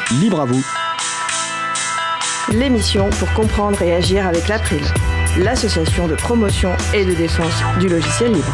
Libre à vous. L'émission pour comprendre et agir avec l'April, l'association de promotion et de défense du logiciel libre.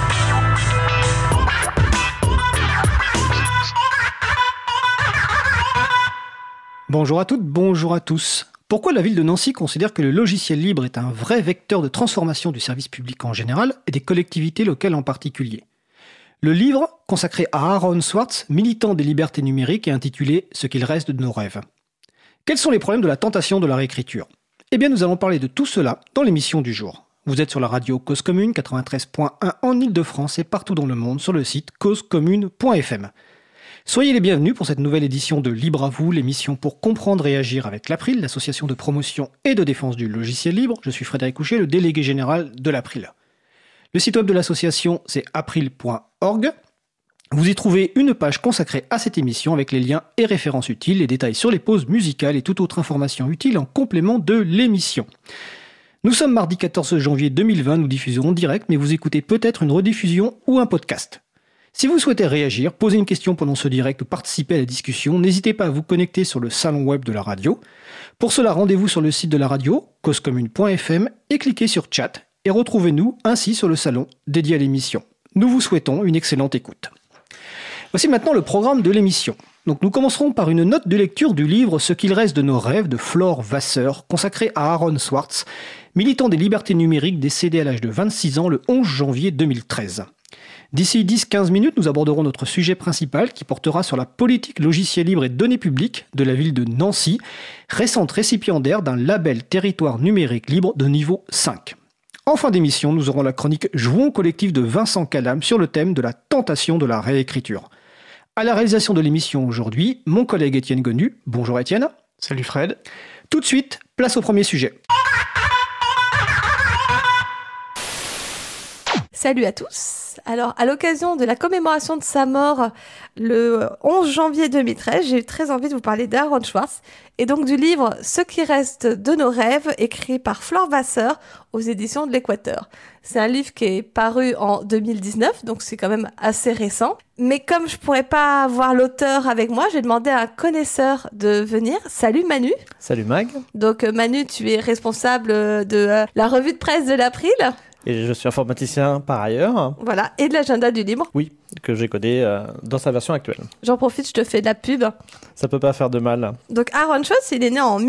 Bonjour à toutes, bonjour à tous. Pourquoi la ville de Nancy considère que le logiciel libre est un vrai vecteur de transformation du service public en général et des collectivités locales en particulier? Le livre, consacré à Aaron Swartz, militant des libertés numériques, est intitulé « Ce qu'il reste de nos rêves ». Quels sont les problèmes de la tentation de la réécriture? Eh bien, nous allons parler de tout cela dans l'émission du jour. Vous êtes sur la radio Cause Commune 93.1 en Ile-de-France et partout dans le monde sur le site causecommune.fm. Soyez les bienvenus pour cette nouvelle édition de Libre à vous, l'émission pour comprendre et agir avec l'April, l'association de promotion et de défense du logiciel libre. Je suis Frédéric Couchet, le délégué général de l'April. Le site web de l'association, c'est april.org. Vous y trouvez une page consacrée à cette émission avec les liens et références utiles, les détails sur les pauses musicales et toute autre information utile en complément de l'émission. Nous sommes mardi 14 janvier 2020, nous diffusons en direct, mais vous écoutez peut-être une rediffusion ou un podcast. Si vous souhaitez réagir, poser une question pendant ce direct ou participer à la discussion, n'hésitez pas à vous connecter sur le salon web de la radio. Pour cela, rendez-vous sur le site de la radio, causecommune.fm, et cliquez sur chat et retrouvez-nous ainsi sur le salon dédié à l'émission. Nous vous souhaitons une excellente écoute. Voici maintenant le programme de l'émission. Donc nous commencerons par une note de lecture du livre « Ce qu'il reste de nos rêves » de Flore Vasseur, consacré à Aaron Swartz, militant des libertés numériques décédé à l'âge de 26 ans le 11 janvier 2013. D'ici 10-15 minutes, nous aborderons notre sujet principal qui portera sur la politique logiciel libre et données publiques de la ville de Nancy, récente récipiendaire d'un label territoire numérique libre de niveau 5. En fin d'émission, nous aurons la chronique « Jouons collectif » de Vincent Calam sur le thème de la tentation de la réécriture. À la réalisation de l'émission aujourd'hui, mon collègue Étienne Gonu. Bonjour Étienne. Salut Fred. Tout de suite, place au premier sujet. Salut à tous. Alors, à l'occasion de la commémoration de sa mort le 11 janvier 2013, j'ai eu très envie de vous parler d'Aaron Swartz et donc du livre « Ce qui reste de nos rêves » écrit par Flore Vasseur aux éditions de l'Équateur. C'est un livre qui est paru en 2019, donc c'est quand même assez récent. Mais comme je pourrais pas avoir l'auteur avec moi, j'ai demandé à un connaisseur de venir. Salut Manu. Salut Mag. Donc Manu, tu es responsable de la revue de presse de l'April. Et je suis informaticien par ailleurs. Voilà, et de l'agenda du libre. Oui, que j'ai codé dans sa version actuelle. J'en profite, je te fais de la pub. Ça peut pas faire de mal. Donc Aaron Swartz, il est né en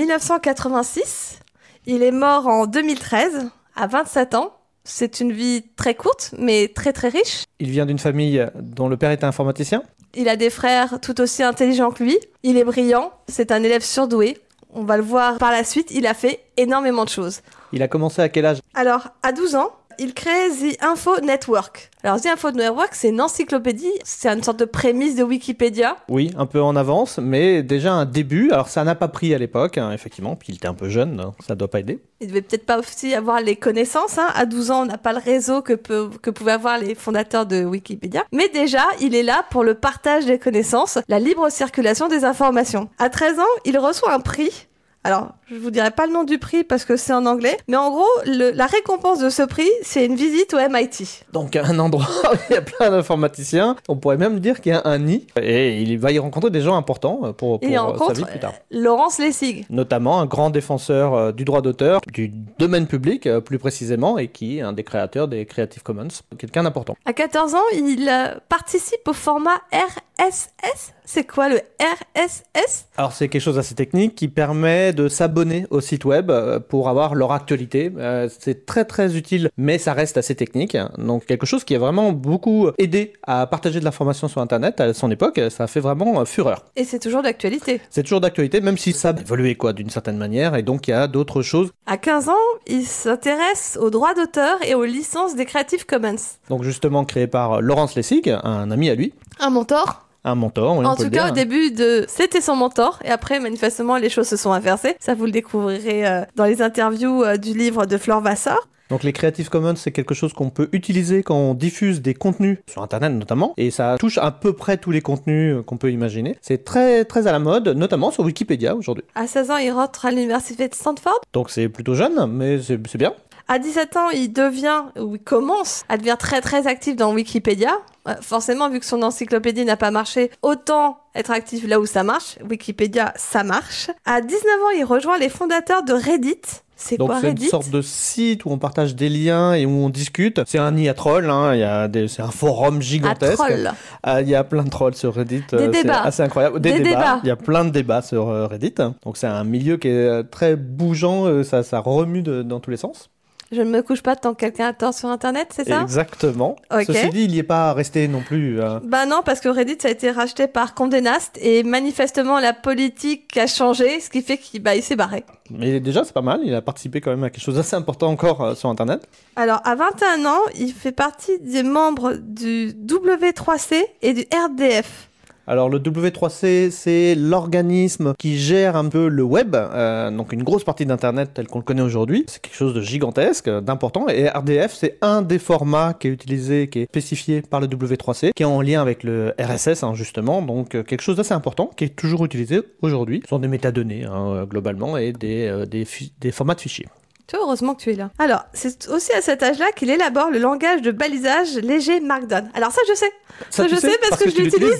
1986. Il est mort en 2013, à 27 ans. C'est une vie très courte, mais très très riche. Il vient d'une famille dont le père était informaticien. Il a des frères tout aussi intelligents que lui. Il est brillant, c'est un élève surdoué. On va le voir par la suite, il a fait énormément de choses. Il a commencé à quel âge? Alors, à 12 ans, il crée The Info Network. Alors, The Info Network, c'est une encyclopédie, c'est une sorte de prémisse de Wikipédia. Oui, un peu en avance, mais déjà un début. Alors, ça n'a pas pris à l'époque, effectivement, puis il était un peu jeune, ça doit pas aider. Il devait peut-être pas aussi avoir les connaissances. À 12 ans, on n'a pas le réseau que pouvaient avoir les fondateurs de Wikipédia. Mais déjà, il est là pour le partage des connaissances, la libre circulation des informations. À 13 ans, il reçoit un prix. Alors, je vous dirai pas le nom du prix parce que c'est en anglais, mais en gros, la récompense de ce prix, c'est une visite au MIT. Donc, un endroit où il y a plein d'informaticiens. On pourrait même dire qu'il y a un nid. Et il va y rencontrer des gens importants pour sa vie plus tard. Laurence Lessig. Notamment un grand défenseur du droit d'auteur, du domaine public plus précisément, et qui est un des créateurs des Creative Commons. Quelqu'un d'important. À 14 ans, il participe au format RSS. C'est quoi le RSS? Alors c'est quelque chose d'assez technique qui permet de s'abonner au site web pour avoir leur actualité. C'est très très utile, mais ça reste assez technique. Donc quelque chose qui a vraiment beaucoup aidé à partager de l'information sur Internet à son époque. Ça a fait vraiment fureur. Et c'est toujours d'actualité. C'est toujours d'actualité, même si ça a évolué d'une certaine manière. Et donc il y a d'autres choses. À 15 ans, il s'intéresse aux droits d'auteur et aux licences des Creative Commons. Donc justement créé par Laurence Lessig, un ami à lui. Un mentor. Un mentor, oui, en tout cas, au début, c'était son mentor. Et après, manifestement, les choses se sont inversées. Ça, vous le découvrirez dans les interviews du livre de Flore Vasseur. Donc les Creative Commons, c'est quelque chose qu'on peut utiliser quand on diffuse des contenus sur Internet notamment, et ça touche à peu près tous les contenus qu'on peut imaginer. C'est très très à la mode, notamment sur Wikipédia aujourd'hui. À 16 ans, il rentre à l'université de Stanford. Donc c'est plutôt jeune, mais c'est bien. À 17 ans, il commence à devenir très très actif dans Wikipédia. Forcément, vu que son encyclopédie n'a pas marché, autant être actif là où ça marche. Wikipédia, ça marche. À 19 ans, il rejoint les fondateurs de Reddit. C'est Donc quoi c'est Reddit? une sorte de site où on partage des liens et où on discute. C'est un nid à trolls, hein. C'est un forum gigantesque. troll. Il y a plein de trolls sur Reddit. Des débats. C'est assez incroyable. Des débats. Il y a plein de débats sur Reddit. Donc c'est un milieu qui est très bougeant. Ça remue dans tous les sens. Je ne me couche pas tant que quelqu'un a tort sur Internet, c'est ça? Exactement. Ok. Ceci dit, il n'y est pas resté non plus. Bah non, parce que Reddit, ça a été racheté par Condé Nast et manifestement, la politique a changé, ce qui fait qu'il s'est barré. Mais déjà, c'est pas mal. Il a participé quand même à quelque chose d'assez important encore sur Internet. Alors, à 21 ans, il fait partie des membres du W3C et du RDF. Alors le W3C, c'est l'organisme qui gère un peu le web, donc une grosse partie d'Internet tel qu'on le connaît aujourd'hui. C'est quelque chose de gigantesque, d'important. Et RDF, c'est un des formats qui est utilisé, qui est spécifié par le W3C, qui est en lien avec le RSS, hein, justement. Donc quelque chose d'assez important, qui est toujours utilisé aujourd'hui. Ce sont des métadonnées, hein, globalement, et des formats de fichiers. Tu vois, heureusement que tu es là. Alors, c'est aussi à cet âge-là qu'il élabore le langage de balisage léger Markdown. Alors ça, je sais. Ça, je sais parce que je l'utilise.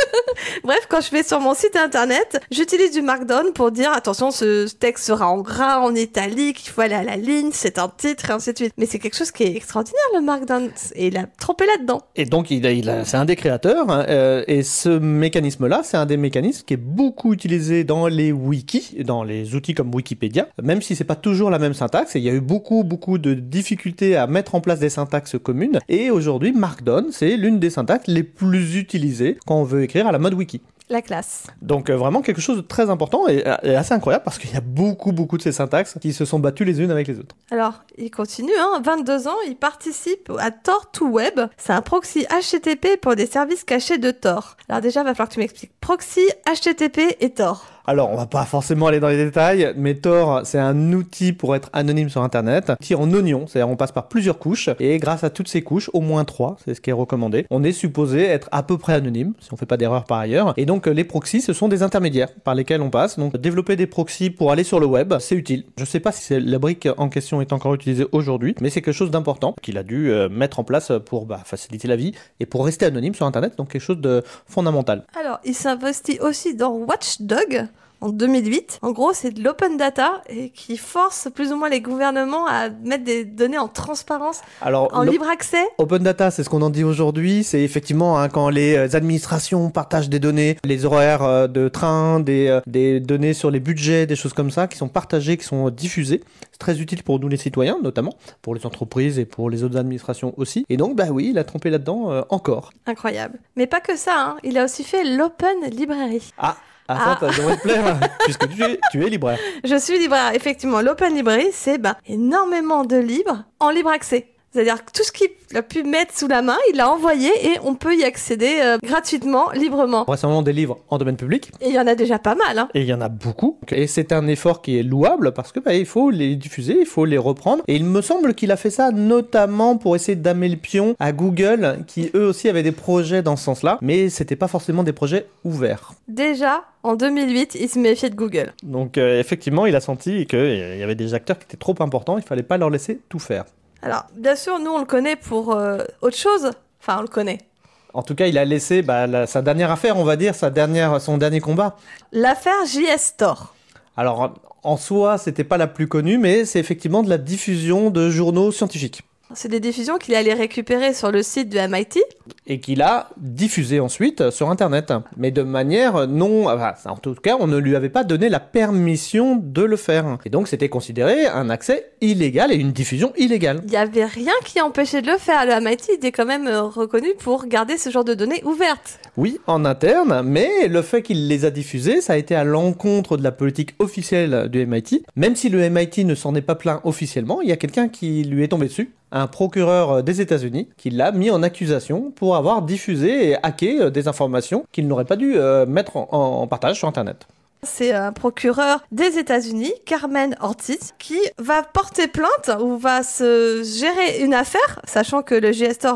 Bref, quand je vais sur mon site internet, j'utilise du Markdown pour dire attention, ce texte sera en gras, en italique, il faut aller à la ligne, c'est un titre, et ainsi de suite. Mais c'est quelque chose qui est extraordinaire, le Markdown. Et il a trompé là-dedans. Et donc, c'est un des créateurs, hein, et ce mécanisme-là, c'est un des mécanismes qui est beaucoup utilisé dans les wikis, dans les outils comme Wikipédia, même si c'est pas toujours la même syntaxe, et il y a eu beaucoup de difficultés à mettre en place des syntaxes communes, et aujourd'hui, Markdown, c'est l'une des syntaxes les plus utilisées quand on veut écrire à la mode wiki. La classe. Donc vraiment quelque chose de très important et assez incroyable parce qu'il y a beaucoup de ces syntaxes qui se sont battues les unes avec les autres. Alors, il continue, 22 ans, il participe à Tor2Web. C'est un proxy HTTP pour des services cachés de Tor. Alors déjà, il va falloir que tu m'expliques. Proxy, HTTP et Tor. Alors, on va pas forcément aller dans les détails, mais Tor, c'est un outil pour être anonyme sur Internet. Un outil en oignon, c'est-à-dire on passe par plusieurs couches, et grâce à toutes ces couches, au moins 3, c'est ce qui est recommandé, on est supposé être à peu près anonyme, si on fait pas d'erreur par ailleurs. Et donc, les proxys, ce sont des intermédiaires par lesquels on passe. Donc, développer des proxys pour aller sur le web, c'est utile. Je sais pas si la brique en question est encore utilisée aujourd'hui, mais c'est quelque chose d'important qu'il a dû mettre en place pour faciliter la vie et pour rester anonyme sur Internet, donc quelque chose de fondamental. Alors, il s'investit aussi dans Watchdog en 2008. En gros, c'est de l'open data et qui force plus ou moins les gouvernements à mettre des données en transparence, en libre accès. Open data, c'est ce qu'on en dit aujourd'hui. C'est effectivement quand les administrations partagent des données, les horaires de train, des données sur les budgets, des choses comme ça, qui sont partagées, qui sont diffusées. C'est très utile pour nous les citoyens, notamment, pour les entreprises et pour les autres administrations aussi. Et donc, oui, il a trompé là-dedans encore. Incroyable. Mais pas que ça, hein. Il a aussi fait l'Open Library. Ça devrait te plaire, puisque tu es libraire. Je suis libraire, effectivement. L'Open Library, c'est énormément de livres en libre accès. C'est-à-dire que tout ce qu'il a pu mettre sous la main, il l'a envoyé et on peut y accéder gratuitement, librement. Récemment des livres en domaine public. Et il y en a déjà pas mal. Hein. Et il y en a beaucoup. Et c'est un effort qui est louable parce que il faut les diffuser, il faut les reprendre. Et il me semble qu'il a fait ça notamment pour essayer d'amener le pion à Google, qui eux aussi avaient des projets dans ce sens-là, mais c'était pas forcément des projets ouverts. Déjà, en 2008, il se méfiait de Google. Donc effectivement, il a senti qu'il y avait des acteurs qui étaient trop importants, il fallait pas leur laisser tout faire. Alors, bien sûr, nous, on le connaît pour autre chose. Enfin, on le connaît. En tout cas, il a laissé sa dernière affaire, on va dire, son dernier combat. L'affaire JS Tor. Alors, en soi, c'était pas la plus connue, mais c'est effectivement de la diffusion de journaux scientifiques. C'est des diffusions qu'il allait récupérer sur le site de MIT. Et qu'il a diffusé ensuite sur Internet. Mais de manière non... en tout cas, on ne lui avait pas donné la permission de le faire. Et donc, c'était considéré un accès illégal et une diffusion illégale. Il n'y avait rien qui empêchait de le faire. Le MIT était quand même reconnu pour garder ce genre de données ouvertes. Oui, en interne, mais le fait qu'il les a diffusées, ça a été à l'encontre de la politique officielle du MIT. Même si le MIT ne s'en est pas plaint officiellement, il y a quelqu'un qui lui est tombé dessus. Un procureur des États-Unis qui l'a mis en accusation pour avoir diffusé et hacké des informations qu'il n'aurait pas dû mettre en partage sur Internet. C'est un procureur des États-Unis, Carmen Ortiz, qui va porter plainte ou va se gérer une affaire, sachant que le JS Tor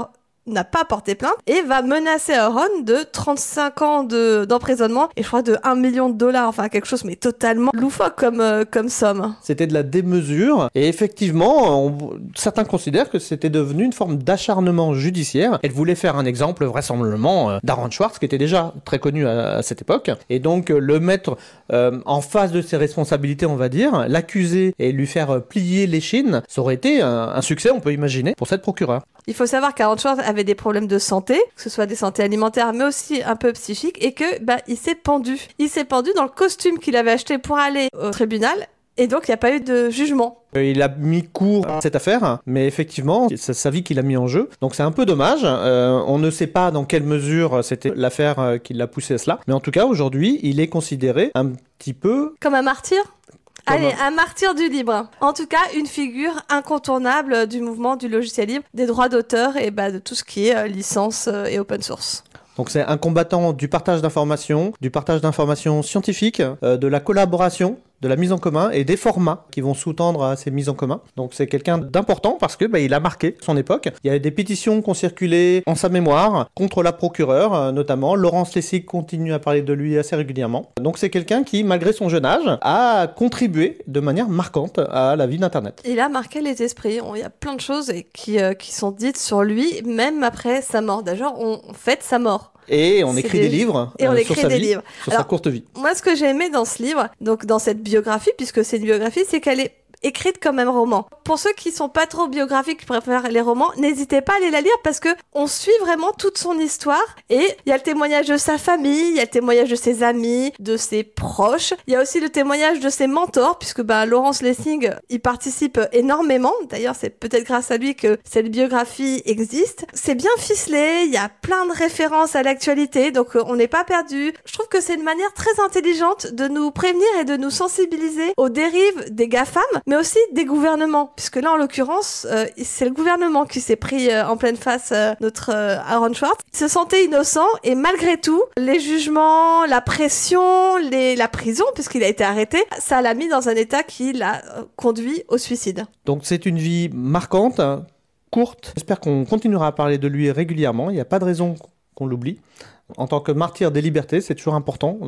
n'a pas porté plainte et va menacer Aaron de 35 ans d'emprisonnement et je crois de 1 million de dollars, enfin quelque chose mais totalement loufoque comme somme. C'était de la démesure et effectivement, certains considèrent que c'était devenu une forme d'acharnement judiciaire. Elle voulait faire un exemple vraisemblablement d'Aaron Swartz qui était déjà très connu à cette époque et donc le mettre en face de ses responsabilités, on va dire, l'accuser et lui faire plier l'échine, ça aurait été un succès, on peut imaginer, pour cette procureure. Il faut savoir qu'Aaron Swartz avait des problèmes de santé, que ce soit des santé alimentaires, mais aussi un peu psychiques, et que il s'est pendu. Il s'est pendu dans le costume qu'il avait acheté pour aller au tribunal, et donc il n'y a pas eu de jugement. Il a mis court à cette affaire, mais effectivement, c'est sa vie qu'il a mis en jeu. Donc c'est un peu dommage. On ne sait pas dans quelle mesure c'était l'affaire qui l'a poussé à cela. Mais en tout cas, aujourd'hui, il est considéré un petit peu... Comme un martyr ? Allez, un martyr du libre. En tout cas, une figure incontournable du mouvement du logiciel libre, des droits d'auteur et de tout ce qui est licence et open source. Donc c'est un combattant du partage d'informations scientifiques, de la collaboration, de la mise en commun et des formats qui vont sous-tendre à ces mises en commun. Donc c'est quelqu'un d'important parce que il a marqué son époque. Il y a des pétitions qui ont circulé en sa mémoire contre la procureure, notamment. Laurence Lessig continue à parler de lui assez régulièrement. Donc c'est quelqu'un qui, malgré son jeune âge, a contribué de manière marquante à la vie d'Internet. Il a marqué les esprits. Il y a plein de choses qui sont dites sur lui, même après sa mort. D'ailleurs, on fête sa mort. Et on écrit des livres sur sa vie, sur sa courte vie. Moi, ce que j'ai aimé dans ce livre, donc dans cette biographie, puisque c'est une biographie, c'est qu'elle est écrite comme un roman. Pour ceux qui sont pas trop biographiques, qui préfèrent les romans, n'hésitez pas à aller la lire parce que on suit vraiment toute son histoire et il y a le témoignage de sa famille, il y a le témoignage de ses amis, de ses proches, il y a aussi le témoignage de ses mentors puisque Laurence Lessig, il participe énormément. D'ailleurs, c'est peut-être grâce à lui que cette biographie existe. C'est bien ficelé, il y a plein de références à l'actualité, donc on n'est pas perdu. Je trouve que c'est une manière très intelligente de nous prévenir et de nous sensibiliser aux dérives des GAFAM, mais aussi des gouvernements, puisque là, en l'occurrence, c'est le gouvernement qui s'est pris en pleine face notre Aaron Swartz. Il se sentait innocent, et malgré tout, les jugements, la pression, la prison, puisqu'il a été arrêté, ça l'a mis dans un état qui l'a conduit au suicide. Donc c'est une vie marquante, courte. J'espère qu'on continuera à parler de lui régulièrement, il n'y a pas de raison qu'on l'oublie. En tant que martyr des libertés, c'est toujours important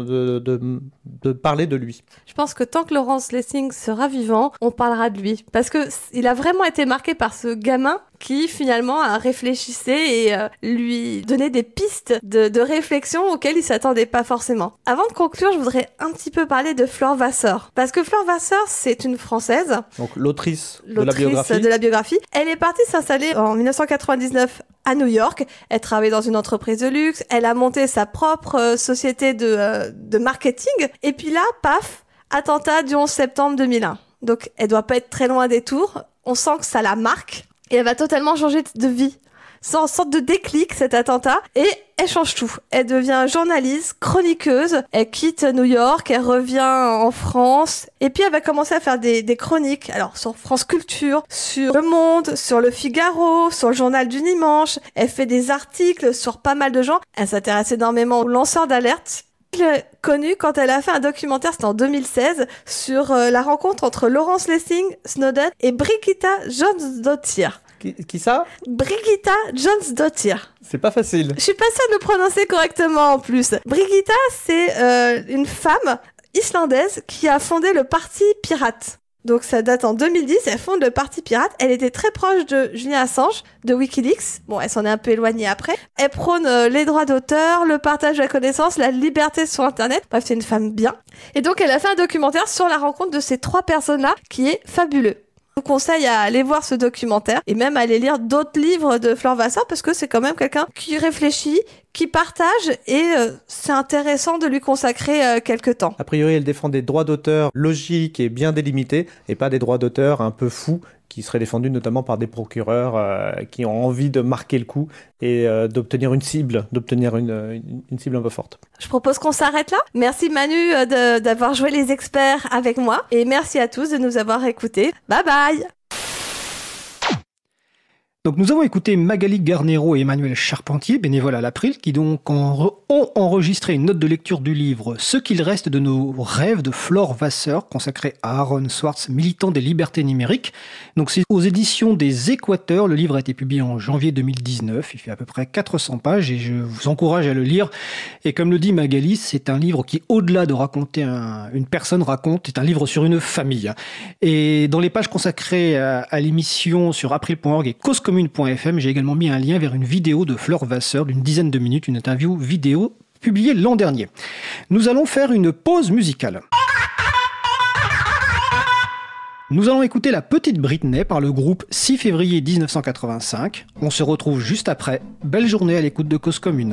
de parler de lui. Je pense que tant que Laurence Lessig sera vivant, on parlera de lui. Parce que il a vraiment été marqué par ce gamin qui finalement réfléchissait et lui donnait des pistes de réflexion auxquelles il s'attendait pas forcément. Avant de conclure, je voudrais un petit peu parler de Flore Vasseur. Parce que Flore Vasseur, c'est une Française. Donc l'autrice de la biographie. Elle est partie s'installer en 1999 à New York. Elle travaillait dans une entreprise de luxe. Elle a monté sa propre société de marketing. Et puis là, paf, attentat du 11 septembre 2001. Donc elle doit pas être très loin des tours. On sent que ça la marque. Et elle va totalement changer de vie. C'est une sorte de déclic, cet attentat, et elle change tout. Elle devient journaliste, chroniqueuse, elle quitte New York, elle revient en France, et puis elle va commencer à faire des chroniques, alors sur France Culture, sur Le Monde, sur Le Figaro, sur le Journal du Dimanche, elle fait des articles sur pas mal de gens, elle s'intéresse énormément aux lanceurs d'alerte. Je l'ai connue quand elle a fait un documentaire, c'était en 2016, sur la rencontre entre Laurence Lessig, Snowden et Brigitta Jones-Dottir. Qui ça ? Brigitta Jones-Dottir. C'est pas facile. Je suis pas sûre de le prononcer correctement en plus. Brigitta, c'est une femme islandaise qui a fondé le Parti Pirate. Donc ça date en 2010, elle fonde le Parti Pirate. Elle était très proche de Julian Assange, de Wikileaks. Bon, elle s'en est un peu éloignée après. Elle prône les droits d'auteur, le partage de la connaissance, la liberté sur Internet. Bref, c'est une femme bien. Et donc elle a fait un documentaire sur la rencontre de ces trois personnes-là qui est fabuleux. Je vous conseille à aller voir ce documentaire et même à aller lire d'autres livres de Flore Vasseur parce que c'est quand même quelqu'un qui réfléchit, qui partage et c'est intéressant de lui consacrer quelques temps. A priori, elle défend des droits d'auteur logiques et bien délimités et pas des droits d'auteur un peu fous qui seraient défendus notamment par des procureurs qui ont envie de marquer le coup et d'obtenir une cible, une cible un peu forte. Je propose qu'on s'arrête là. Merci Manu d'avoir joué les experts avec moi et merci à tous de nous avoir écoutés. Bye bye. Donc nous avons écouté Magali Garnero et Emmanuel Charpentier, bénévoles à l'April, qui donc ont enregistré une note de lecture du livre « Ce qu'il reste de nos rêves » de Flore Vasseur, consacré à Aaron Swartz, militant des libertés numériques. Donc c'est aux éditions des Équateurs. Le livre a été publié en janvier 2019. Il fait à peu près 400 pages et je vous encourage à le lire. Et comme le dit Magali, c'est un livre qui, au-delà de raconter une personne raconte, est un livre sur une famille. Et dans les pages consacrées à l'émission sur april.org et causecommune.fm, j'ai également mis un lien vers une vidéo de Flore Vasseur d'une dizaine de minutes, une interview vidéo publiée l'an dernier. Nous allons faire une pause musicale. Nous allons écouter La Petite Britney par le groupe 6 février 1985. On se retrouve juste après. Belle journée à l'écoute de Cause Commune.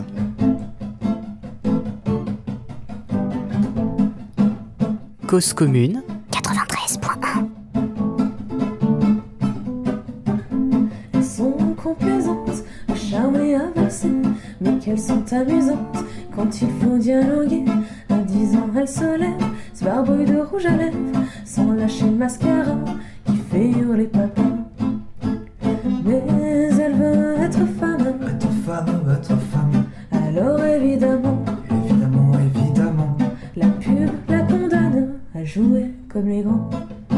Cause Commune 93.1. Elles sont complaisantes, charmées, avancées, mais qu'elles sont amusantes quand il faut dialoguer. À 10 ans, elles se lèvent, se barbouillent de rouge à lèvres, sans lâcher le mascara qui fait hurler papa. Mais elle veut être femme, être femme, être femme. Alors évidemment, Évidemment, évidemment, la pub la condamne à jouer comme les grands.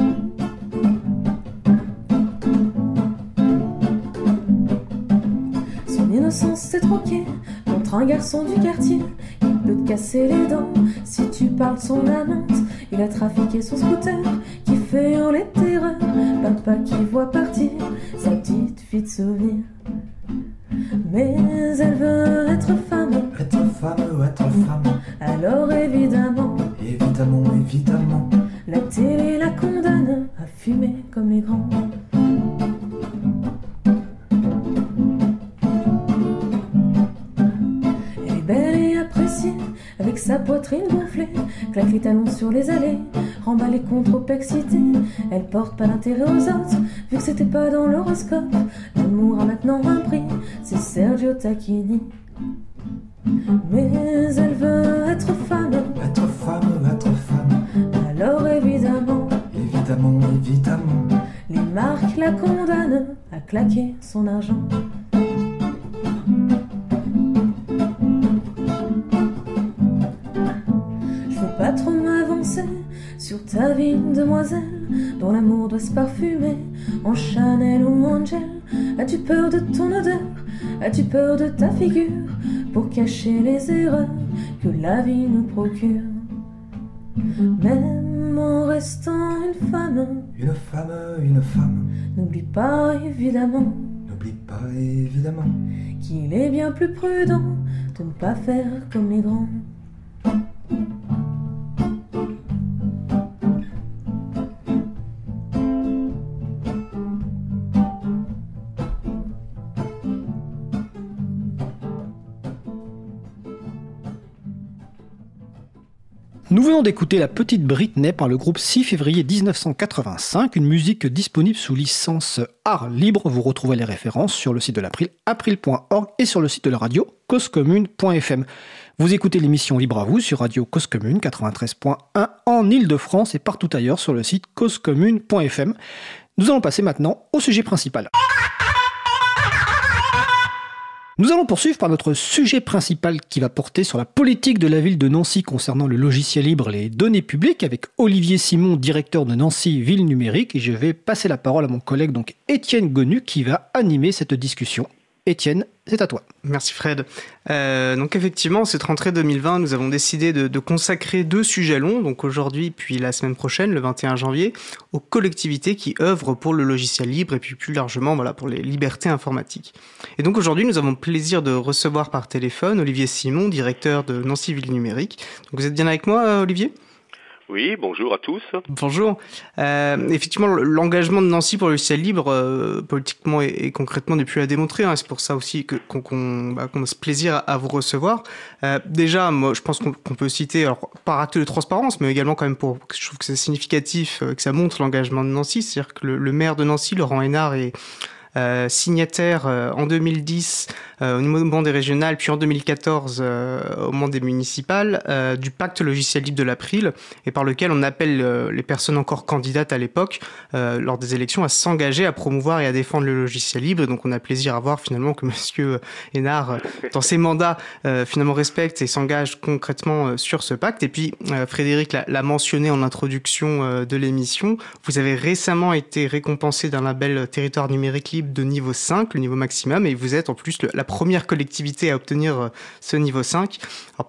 Son innocence s'est troquée contre un garçon du quartier qui peut te casser les dents si tu parles de son amante. Il a trafiqué son scooter qui fait hurler de terreur. Papa qui voit partir sa petite fille de souvenir. Mais elle veut être femme, être femme, être femme. alors évidemment, Évidemment, évidemment, la télé la condamne à fumer comme les grands. Elle est belle et appréciée, avec sa poitrine gonflée, claque les talons sur les allées, remballe les contre trop excitée. Elle porte pas d'intérêt aux autres, vu que c'était pas dans l'horoscope. L'amour a maintenant un prix, c'est Sergio Tacchini. Mais elle veut être femme, être femme, être femme. alors évidemment, Évidemment, évidemment, les marques la condamnent à claquer son argent. Je veux pas trop m'avancer sur ta vie, demoiselle, dont l'amour doit se parfumer en Chanel ou Angel. As-tu peur de ton odeur? As-tu peur de ta figure pour cacher les erreurs que la vie nous procure? Même en restant une femme, une femme, une femme. n'oublie pas évidemment N'oublie pas, évidemment, qu'il est bien plus prudent de ne pas faire comme les grands. Nous venons d'écouter La Petite Britney par le groupe 6 février 1985, une musique disponible sous licence art libre. Vous retrouvez les références sur le site de l'April, april.org, et sur le site de la radio, causecommune.fm. Vous écoutez l'émission Libre à vous sur Radio Cause Commune 93.1 en Ile-de-France et partout ailleurs sur le site causecommune.fm. Nous allons passer maintenant au sujet principal. Nous allons poursuivre par notre sujet principal qui va porter sur la politique de la ville de Nancy concernant le logiciel libre et les données publiques avec Olivier Simon, directeur de Nancy Ville Numérique. Et je vais passer la parole à mon collègue donc Étienne Gonu qui va animer cette discussion. Étienne, c'est à toi. Merci Fred. Donc effectivement, cette rentrée 2020, nous avons décidé de consacrer 2 sujets longs, donc aujourd'hui puis la semaine prochaine, le 21 janvier, aux collectivités qui œuvrent pour le logiciel libre et puis plus largement pour les libertés informatiques. Et donc aujourd'hui, nous avons le plaisir de recevoir par téléphone Olivier Simon, directeur de Nancy Ville Numérique. Donc vous êtes bien avec moi, Olivier ? Oui, bonjour à tous. Bonjour. Effectivement, l'engagement de Nancy pour le logiciel libre, politiquement et concrètement, n'est plus à démontrer. C'est pour ça aussi qu'on a ce plaisir à vous recevoir. Déjà, moi, je pense qu'on peut citer, alors, par acte de transparence, mais également quand même je trouve que c'est significatif, que ça montre l'engagement de Nancy. C'est-à-dire que le maire de Nancy, Laurent Hénard, est signataire en 2010 au niveau des régionales, puis en 2014 au moment des municipales, du pacte logiciel libre de l'April, et par lequel on appelle les personnes encore candidates à l'époque, lors des élections, à s'engager à promouvoir et à défendre le logiciel libre. Et donc on a plaisir à voir finalement que Monsieur Hénard, dans ses mandats, finalement respecte et s'engage concrètement sur ce pacte. Et puis Frédéric l'a mentionné en introduction de l'émission, vous avez récemment été récompensé d'un label territoire numérique libre de niveau 5, le niveau maximum, et vous êtes en plus la première collectivité à obtenir ce niveau 5. Alors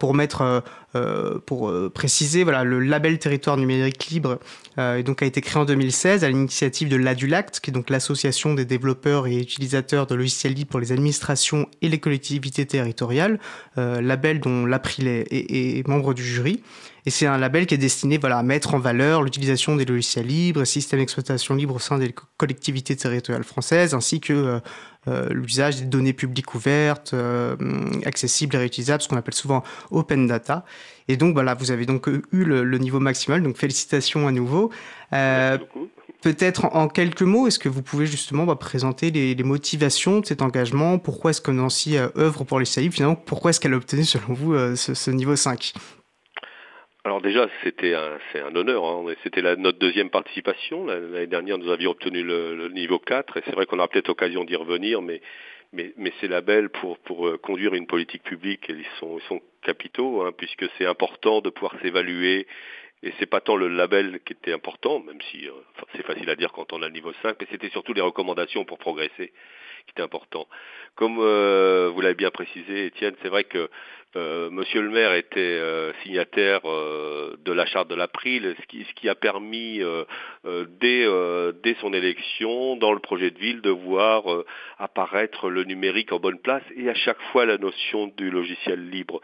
pour préciser, voilà, le label territoire numérique libre donc a été créé en 2016 à l'initiative de l'ADULACT, qui est donc l'association des développeurs et utilisateurs de logiciels libres pour les administrations et les collectivités territoriales, label dont l'April est membre du jury. Et c'est un label qui est destiné à mettre en valeur l'utilisation des logiciels libres, systèmes d'exploitation libre au sein des collectivités territoriales françaises, ainsi que l'usage des données publiques ouvertes, accessibles et réutilisables, ce qu'on appelle souvent open data. Et donc voilà, vous avez donc eu le niveau maximal, donc félicitations à nouveau. Merci beaucoup. Peut-être en quelques mots, est-ce que vous pouvez justement présenter les motivations de cet engagement? Pourquoi est-ce que Nancy œuvre pour les logiciels libres? Finalement, pourquoi est-ce qu'elle a obtenu selon vous ce niveau 5? Alors déjà, c'est un honneur. C'était notre deuxième participation. L'année dernière, nous avions obtenu le niveau 4, et c'est vrai qu'on aura peut-être l'occasion d'y revenir, mais ces labels pour conduire une politique publique, ils sont capitaux, puisque c'est important de pouvoir s'évaluer. Et c'est pas tant le label qui était important, même si c'est facile à dire quand on a le niveau 5, mais c'était surtout les recommandations pour progresser qui étaient importantes. Comme vous l'avez bien précisé, Étienne, c'est vrai que Monsieur le maire était signataire de la charte de l'April, ce qui a permis dès son élection, dans le projet de ville, de voir apparaître le numérique en bonne place, et à chaque fois la notion du logiciel libre.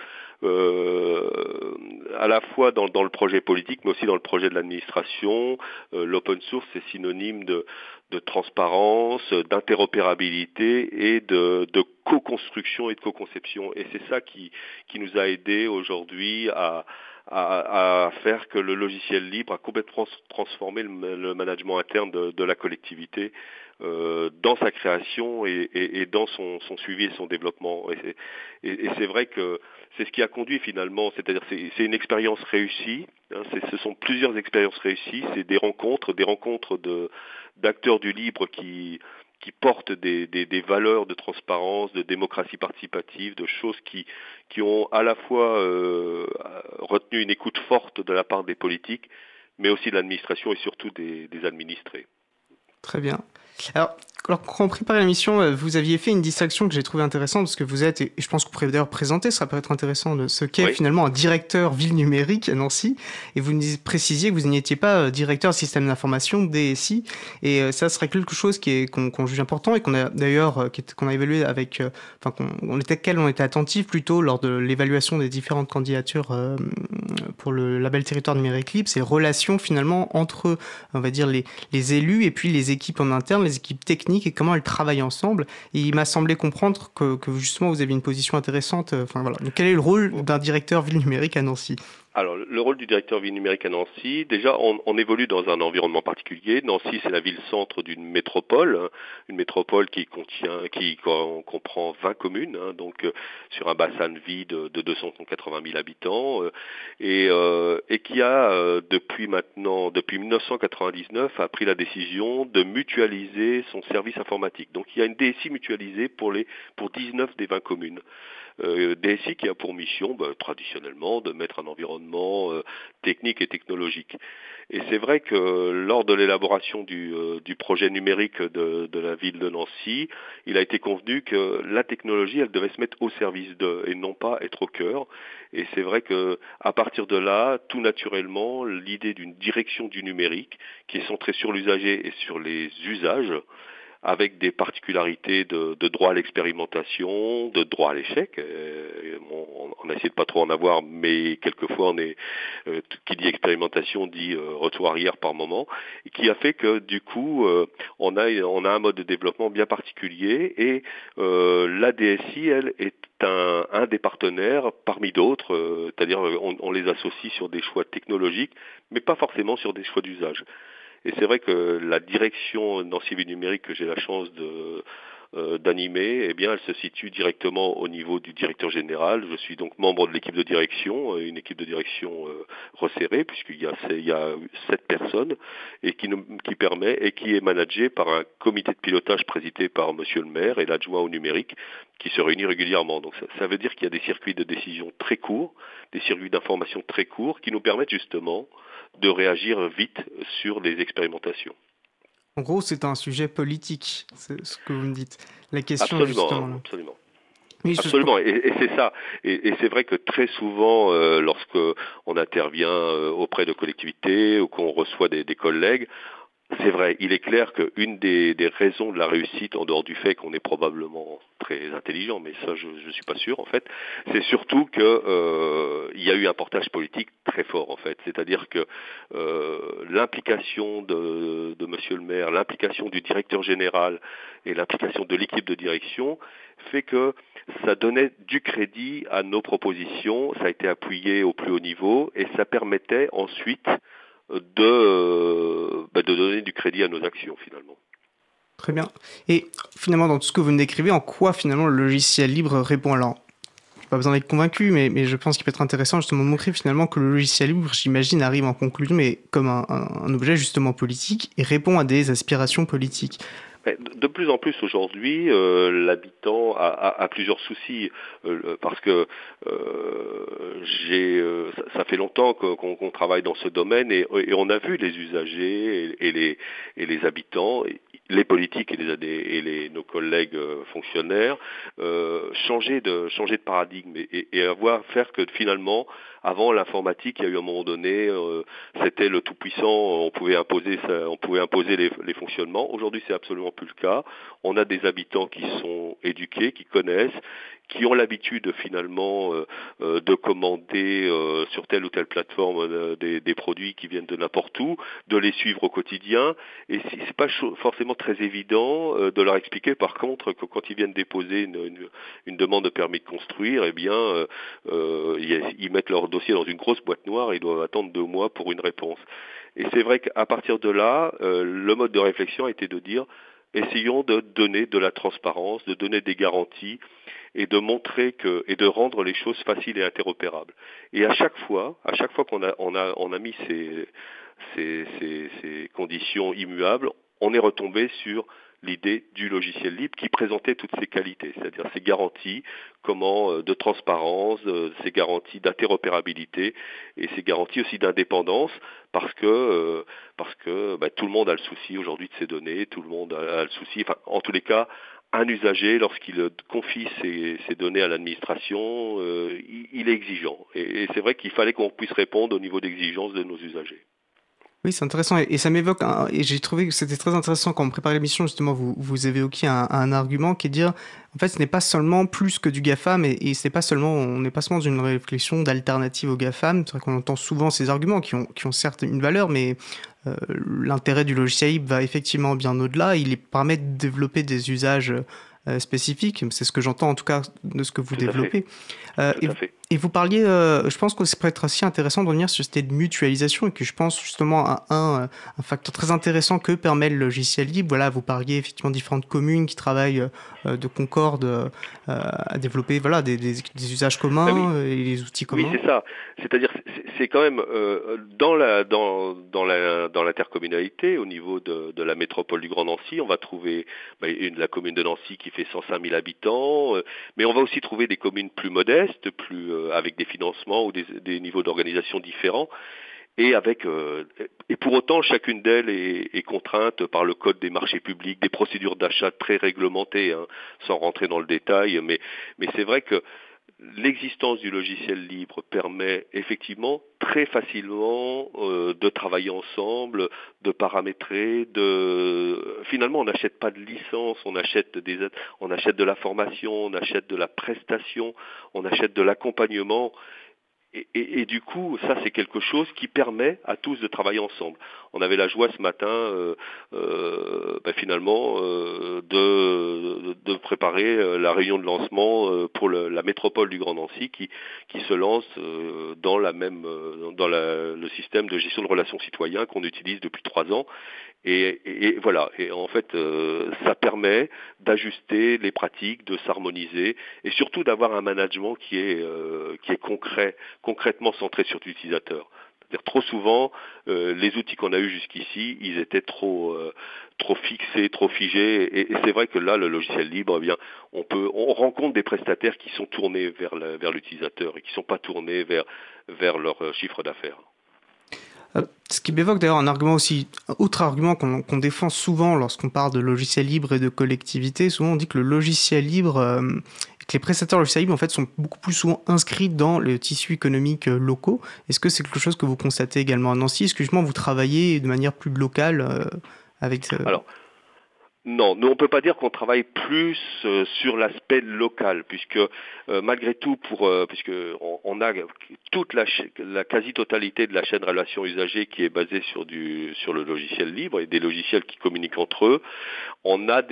À la fois dans le projet politique, mais aussi dans le projet de l'administration. L'open source est synonyme de transparence, d'interopérabilité et de co-construction et de co-conception. Et c'est ça qui nous a aidés aujourd'hui à faire que le logiciel libre a complètement transformé le management interne de la collectivité dans sa création et dans son suivi et son développement. Et c'est vrai que c'est ce qui a conduit finalement, c'est-à-dire c'est une expérience réussie, ce sont plusieurs expériences réussies, c'est des rencontres d'acteurs du libre qui portent des valeurs de transparence, de démocratie participative, de choses qui ont à la fois retenu une écoute forte de la part des politiques, mais aussi de l'administration et surtout des administrés. Très bien. Alors, quand on préparait l'émission, vous aviez fait une distinction que j'ai trouvée intéressante, parce que vous êtes, et je pense que vous pourrez d'ailleurs présenter, ça peut être intéressant, de ce qu'est finalement un directeur ville numérique à Nancy, et vous nous précisiez que vous n'étiez pas directeur système d'information, DSI, et ça serait quelque chose qu'on juge important, et qu'on a d'ailleurs qu'on a évalué avec, on était attentif plutôt lors de l'évaluation des différentes candidatures pour le label territoire numérique libre, c'est les relations finalement entre, on va dire, les élus et puis les équipes en interne, les équipes techniques, et comment elles travaillent ensemble. Et il m'a semblé comprendre que justement vous avez une position intéressante. Donc, quel est le rôle d'un directeur ville numérique à Nancy ? Alors, le rôle du directeur ville numérique à Nancy, déjà, on évolue dans un environnement particulier. Nancy, c'est la ville-centre d'une métropole, une métropole qui comprend 20 communes, donc sur un bassin de vie de 280 000 habitants, et qui a, depuis 1999, a pris la décision de mutualiser son service informatique. Donc, il y a une DSI mutualisée pour 19 des 20 communes. DSI qui a pour mission, traditionnellement, de mettre un environnement technique et technologique. Et c'est vrai que lors de l'élaboration du projet numérique de la ville de Nancy, il a été convenu que la technologie, elle devait se mettre au service et non pas être au cœur. Et c'est vrai que à partir de là, tout naturellement, l'idée d'une direction du numérique qui est centrée sur l'usager et sur les usages, avec des particularités de droit à l'expérimentation, de droit à l'échec. On a essayé de pas trop en avoir, mais quelquefois qui dit expérimentation dit retour arrière par moment, et qui a fait que du coup on a un mode de développement bien particulier, et la DSI, elle, est un des partenaires parmi d'autres, c'est-à-dire on les associe sur des choix technologiques, mais pas forcément sur des choix d'usage. Et c'est vrai que la direction Nancy Ville Numérique que j'ai la chance d'animer, eh bien, elle se situe directement au niveau du directeur général. Je suis donc membre de l'équipe de direction, une équipe de direction resserrée, puisqu'il y a 7 personnes, et qui permet et qui est managée par un comité de pilotage présidé par Monsieur le maire et l'adjoint au numérique, qui se réunit régulièrement. Donc ça veut dire qu'il y a des circuits de décision très courts, des circuits d'information très courts, qui nous permettent justement de réagir vite sur les expérimentations. En gros, c'est un sujet politique, c'est ce que vous me dites. La question, absolument, justement. Là. Absolument. Oui, absolument, et c'est ça. Et c'est vrai que très souvent, lorsque on intervient auprès de collectivités ou qu'on reçoit des collègues, c'est vrai, il est clair qu'une des raisons de la réussite, en dehors du fait qu'on est probablement très intelligent, mais ça je suis pas sûr en fait, c'est surtout que il y a eu un portage politique très fort en fait. C'est-à-dire que l'implication de Monsieur le maire, l'implication du directeur général et l'implication de l'équipe de direction fait que ça donnait du crédit à nos propositions, ça a été appuyé au plus haut niveau et ça permettait ensuite de donner du crédit à nos actions finalement. Très bien. Et finalement, dans tout ce que vous me décrivez, en quoi finalement le logiciel libre répond? Alors, pas besoin d'être convaincu, mais je pense qu'il peut être intéressant justement de montrer finalement que le logiciel libre, j'imagine, arrive en conclusion, mais comme un objet justement politique et répond à des aspirations politiques. De plus en plus aujourd'hui, l'habitant a plusieurs soucis parce que ça fait longtemps qu'on travaille dans ce domaine et on a vu les usagers et les habitants, les politiques et nos collègues fonctionnaires changer de paradigme et avoir faire que finalement avant l'informatique, il y a eu un moment donné, c'était le tout puissant, on pouvait imposer les fonctionnements. Aujourd'hui, c'est absolument plus le cas. On a des habitants qui sont éduqués, qui connaissent, qui ont l'habitude finalement de commander sur telle ou telle plateforme des produits qui viennent de n'importe où, de les suivre au quotidien. Et c'est pas forcément très évident de leur expliquer par contre que quand ils viennent déposer une demande de permis de construire, eh bien ils mettent leur dossier dans une grosse boîte noire et ils doivent attendre 2 mois pour une réponse. Et c'est vrai qu'à partir de là, le mode de réflexion a été de dire essayons de donner de la transparence, de donner des garanties et de montrer et de rendre les choses faciles et interopérables. Et à chaque fois qu'on a mis ces conditions immuables, on est retombé sur l'idée du logiciel libre qui présentait toutes ces qualités, c'est-à-dire ces garanties de transparence, ces garanties d'interopérabilité et ces garanties aussi d'indépendance parce que tout le monde a le souci aujourd'hui de ces données, tout le monde a le souci, enfin en tous les cas un usager, lorsqu'il confie ses données à l'administration, il est exigeant. Et c'est vrai qu'il fallait qu'on puisse répondre au niveau d'exigence de nos usagers. Oui, c'est intéressant et ça m'évoque, et j'ai trouvé que c'était très intéressant quand on préparait l'émission, justement, vous évoquiez un argument qui est de dire, en fait, ce n'est pas seulement plus que du GAFAM et on n'est pas seulement dans une réflexion d'alternative au GAFAM. C'est vrai qu'on entend souvent ces arguments qui ont certes une valeur, mais l'intérêt du logiciel libre va effectivement bien au-delà. Il permet de développer des usages spécifiques. C'est ce que j'entends en tout cas de ce que vous développez. Et vous parliez, je pense que c'est peut être aussi intéressant de revenir sur cette idée de mutualisation et que je pense justement à un facteur très intéressant que permet le logiciel libre. Voilà, vous parliez effectivement de différentes communes qui travaillent de concorde à développer des usages communs et des outils communs. Oui, c'est ça. C'est-à-dire, c'est quand même dans l'intercommunalité, au niveau de la métropole du Grand Nancy, on va trouver la commune de Nancy qui fait 105 000 habitants, mais on va aussi trouver des communes plus modestes, avec des financements ou des niveaux d'organisation différents. Et pour autant, chacune d'elles est contrainte par le code des marchés publics, des procédures d'achat très réglementées, sans rentrer dans le détail. Mais c'est vrai que l'existence du logiciel libre permet effectivement très facilement de travailler ensemble, de paramétrer, finalement on n'achète pas de licence, on achète de la formation, on achète de la prestation, on achète de l'accompagnement. Et du coup, ça c'est quelque chose qui permet à tous de travailler ensemble. On avait la joie ce matin, finalement, de préparer la réunion de lancement pour la métropole du Grand Nancy qui se lance dans le système de gestion de relations citoyens qu'on utilise depuis 3 ans. Et voilà. Et en fait, ça permet d'ajuster les pratiques, de s'harmoniser et surtout d'avoir un management qui est concrètement centré sur l'utilisateur. C'est-à-dire trop souvent, les outils qu'on a eus jusqu'ici, ils étaient trop fixés, trop figés. Et c'est vrai que là, le logiciel libre, eh bien, on rencontre des prestataires qui sont tournés vers l'utilisateur et qui ne sont pas tournés vers leur chiffre d'affaires. Ce qui m'évoque d'ailleurs un argument aussi, autre argument qu'on défend souvent lorsqu'on parle de logiciel libre et de collectivité. Souvent on dit que le logiciel libre, que les prestataires de logiciel libre en fait sont beaucoup plus souvent inscrits dans le tissu économique locaux. Est-ce que c'est quelque chose que vous constatez également à Nancy? Est-ce que justement vous travaillez de manière plus locale avec Alors, non, nous on peut pas dire qu'on travaille plus sur l'aspect local, puisque malgré tout, puisque on a toute la quasi-totalité de la chaîne relation usagers qui est basée sur le logiciel libre et des logiciels qui communiquent entre eux. On a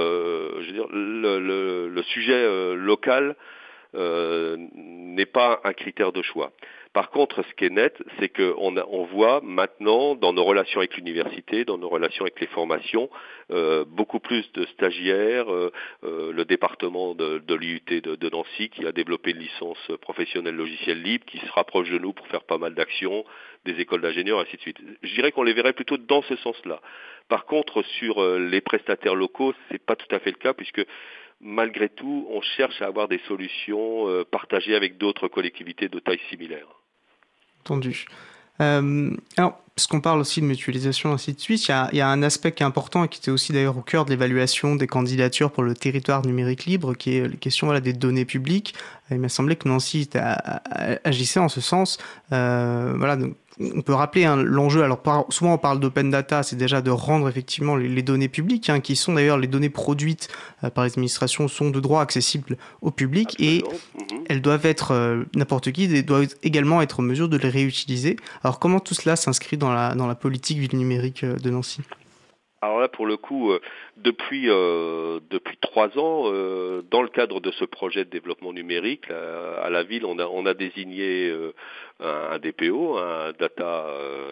le sujet local n'est pas un critère de choix. Par contre, ce qui est net, c'est qu'on voit maintenant dans nos relations avec l'université, dans nos relations avec les formations, beaucoup plus de stagiaires, le département de l'IUT de Nancy qui a développé une licence professionnelle logiciel libre, qui se rapproche de nous pour faire pas mal d'actions, des écoles d'ingénieurs, ainsi de suite. Je dirais qu'on les verrait plutôt dans ce sens-là. Par contre, sur les prestataires locaux, c'est pas tout à fait le cas, puisque malgré tout, on cherche à avoir des solutions partagées avec d'autres collectivités de taille similaire. Entendu. Alors, puisqu'on parle aussi de mutualisation, ainsi de suite, il y a un aspect qui est important et qui était aussi d'ailleurs au cœur de l'évaluation des candidatures pour le territoire numérique libre, qui est la question des données publiques. Il m'a semblé que Nancy agissait en ce sens. Donc, on peut rappeler l'enjeu, alors souvent on parle d'open data, c'est déjà de rendre effectivement les données publiques, qui sont d'ailleurs les données produites par les administrations, sont de droit accessibles au public. Absolument. Et elles doivent être, n'importe qui doit également être en mesure de les réutiliser. Alors comment tout cela s'inscrit dans la politique ville numérique de Nancy ? Alors là, pour le coup, depuis 3 ans, dans le cadre de ce projet de développement numérique, à la ville, on a désigné un DPO, un data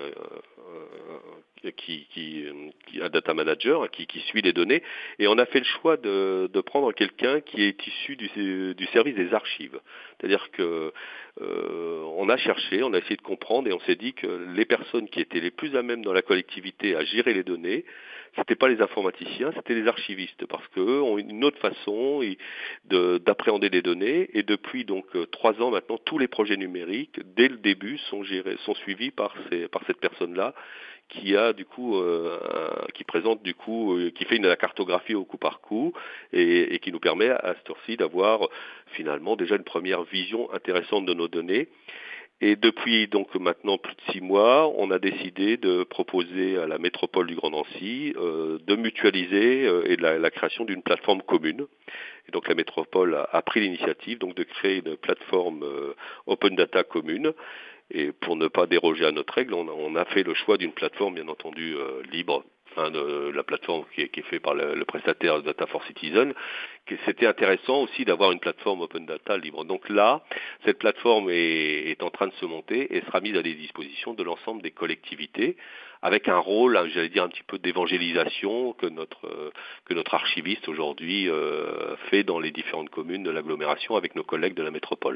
un data manager qui suit les données, et on a fait le choix de prendre quelqu'un qui est issu du service des archives. C'est-à-dire que on a cherché, on a essayé de comprendre, et on s'est dit que les personnes qui étaient les plus à même dans la collectivité à gérer les données, c'était pas les informaticiens, c'était les archivistes, parce qu'eux ont une autre façon d'appréhender les données, et depuis donc 3 ans maintenant, tous les projets numériques, dès le début, sont suivis par cette personne-là, qui a du coup qui présente du coup qui fait la cartographie au coup par coup et qui nous permet à cette heure-ci d'avoir finalement déjà une première vision intéressante de nos données. Et depuis donc maintenant plus de 6 mois, on a décidé de proposer à la métropole du Grand Nancy de mutualiser et de la création d'une plateforme commune. Et donc la métropole a pris l'initiative donc de créer une plateforme open data commune. Et pour ne pas déroger à notre règle, on a fait le choix d'une plateforme bien entendu libre. La plateforme qui est faite par le prestataire Data for Citizen, c'était intéressant aussi d'avoir une plateforme open data libre. Donc là, cette plateforme est en train de se monter et sera mise à des dispositions de l'ensemble des collectivités, avec un rôle, j'allais dire, un petit peu d'évangélisation que notre archiviste aujourd'hui fait dans les différentes communes de l'agglomération avec nos collègues de la métropole.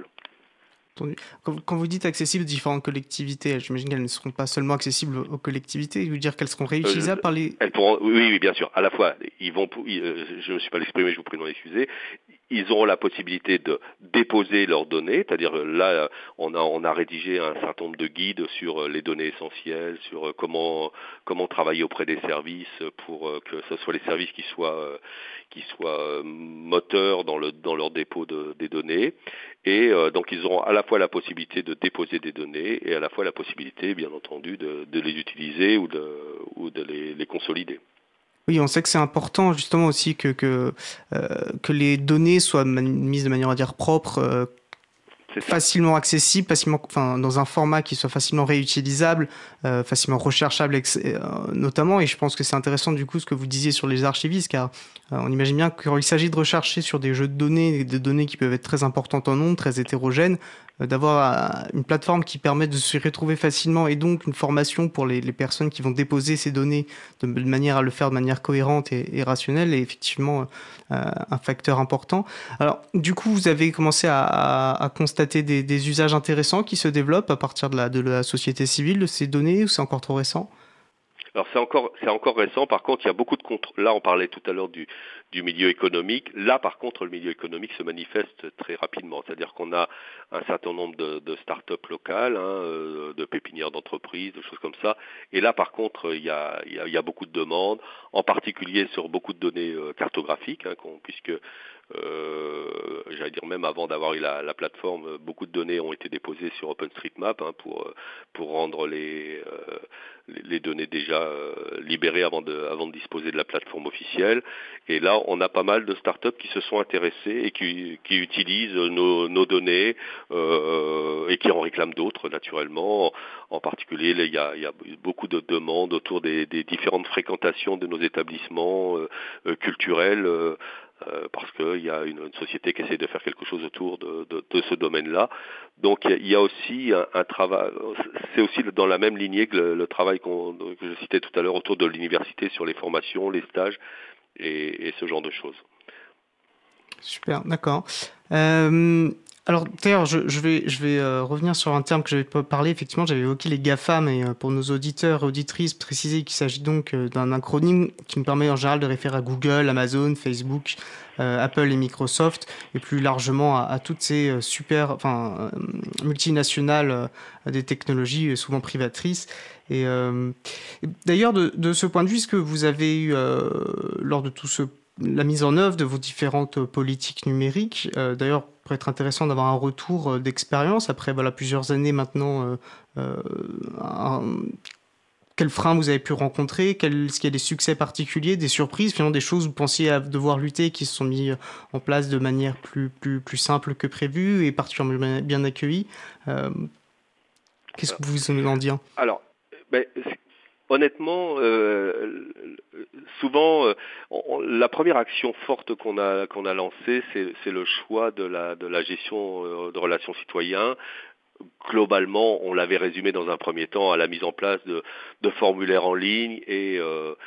Quand vous dites accessibles aux différentes collectivités, j'imagine qu'elles ne seront pas seulement accessibles aux collectivités, je veux dire qu'elles seront réutilisables par les... Elles pourront, oui, bien sûr. À la fois, je ne me suis pas exprimé, je vous prie d'en excuser. Ils auront la possibilité de déposer leurs données, c'est-à-dire là, on a rédigé un certain nombre de guides sur les données essentielles, sur comment travailler auprès des services pour que ce soit les services qui soient moteurs dans leur dépôt des données. Et donc ils auront à la fois la possibilité de déposer des données et à la fois la possibilité, bien entendu, de les utiliser ou de les consolider. Oui, on sait que c'est important justement aussi que les données soient mises de manière, on va dire, propre, facilement accessible, dans un format qui soit facilement réutilisable, facilement recherchable notamment. Et je pense que c'est intéressant du coup ce que vous disiez sur les archivistes, car on imagine bien que quand il s'agit de rechercher sur des jeux de données, des données qui peuvent être très importantes en nombre, très hétérogènes, d'avoir une plateforme qui permet de se retrouver facilement et donc une formation pour les personnes qui vont déposer ces données de manière à le faire de manière cohérente et rationnelle est effectivement un facteur important. Alors du coup vous avez commencé à constater des usages intéressants qui se développent à partir de la société civile de ces données, ou c'est encore trop récent ? Alors c'est encore récent. Par contre, il y a beaucoup de contrôles. Là, on parlait tout à l'heure du milieu économique. Là, par contre, le milieu économique se manifeste très rapidement. C'est-à-dire qu'on a un certain nombre de start-up locales, de pépinières d'entreprises, de choses comme ça. Et là, par contre, il y a beaucoup de demandes, en particulier sur beaucoup de données cartographiques, puisque j'allais dire même avant d'avoir eu la plateforme, beaucoup de données ont été déposées sur OpenStreetMap pour rendre les données déjà libérées avant de disposer de la plateforme officielle. Et là, on a pas mal de startups qui se sont intéressées et qui utilisent nos données et qui en réclament d'autres naturellement. En particulier, il y a beaucoup de demandes autour des différentes fréquentations de nos établissements culturels. Parce qu'il y a une société qui essaie de faire quelque chose autour de ce domaine-là. Donc il y a aussi un travail, c'est aussi dans la même lignée que le travail que je citais tout à l'heure autour de l'université sur les formations, les stages et ce genre de choses. Super, d'accord. Alors d'ailleurs, je vais revenir sur un terme que j'avais pas parlé. Effectivement, j'avais évoqué les GAFAM, et pour nos auditeurs et auditrices, préciser qu'il s'agit donc d'un acronyme qui nous permet en général de référer à Google, Amazon, Facebook, Apple et Microsoft, et plus largement à toutes ces multinationales des technologies, souvent privatrices. Et d'ailleurs, de ce point de vue, est-ce que vous avez eu, lors de tout la mise en œuvre de vos différentes politiques numériques, d'ailleurs, pourrait être intéressant d'avoir un retour d'expérience après plusieurs années maintenant. Quels freins vous avez pu rencontrer? Est-ce qu'il y a des succès particuliers, des surprises, finalement des choses où vous pensiez devoir lutter qui se sont mis en place de manière plus simple que prévu et particulièrement bien accueillies? Qu'est-ce que vous en en dire? Alors, honnêtement, souvent, la première action forte qu'on a lancée, c'est le choix de la gestion de relations citoyens. Globalement, on l'avait résumé dans un premier temps à la mise en place de formulaires en ligne et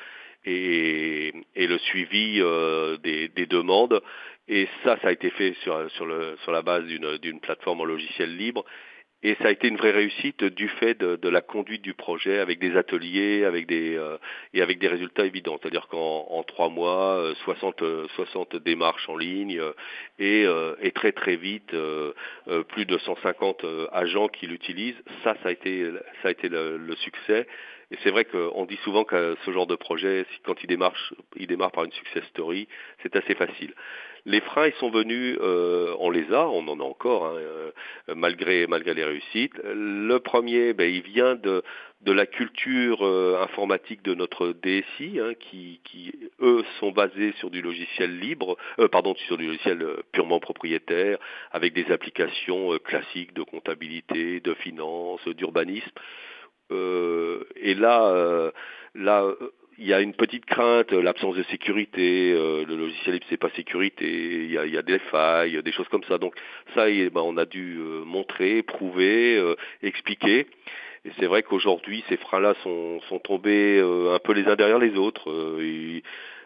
le suivi des demandes. Et ça a été fait sur la base d'une plateforme en logiciel libre. Et ça a été une vraie réussite du fait de la conduite du projet avec des ateliers, avec des résultats évidents. C'est-à-dire qu'en 3 mois, 60 démarches en ligne et très très vite plus de 150 agents qui l'utilisent. Ça a été le succès. Et c'est vrai qu'on dit souvent que ce genre de projet, quand il démarre par une success story, c'est assez facile. Les freins, ils sont venus, on en a encore, malgré les réussites. Le premier, il vient de la culture informatique de notre DSI, qui eux sont basés sur du logiciel libre, sur du logiciel purement propriétaire, avec des applications classiques de comptabilité, de finance, d'urbanisme. Et là, il y a une petite crainte, l'absence de sécurité, le logiciel libre c'est pas sécurité, il y a des failles, des choses comme ça. Donc ça, on a dû montrer, prouver, expliquer. Et c'est vrai qu'aujourd'hui, ces freins-là sont tombés un peu les uns derrière les autres. Ils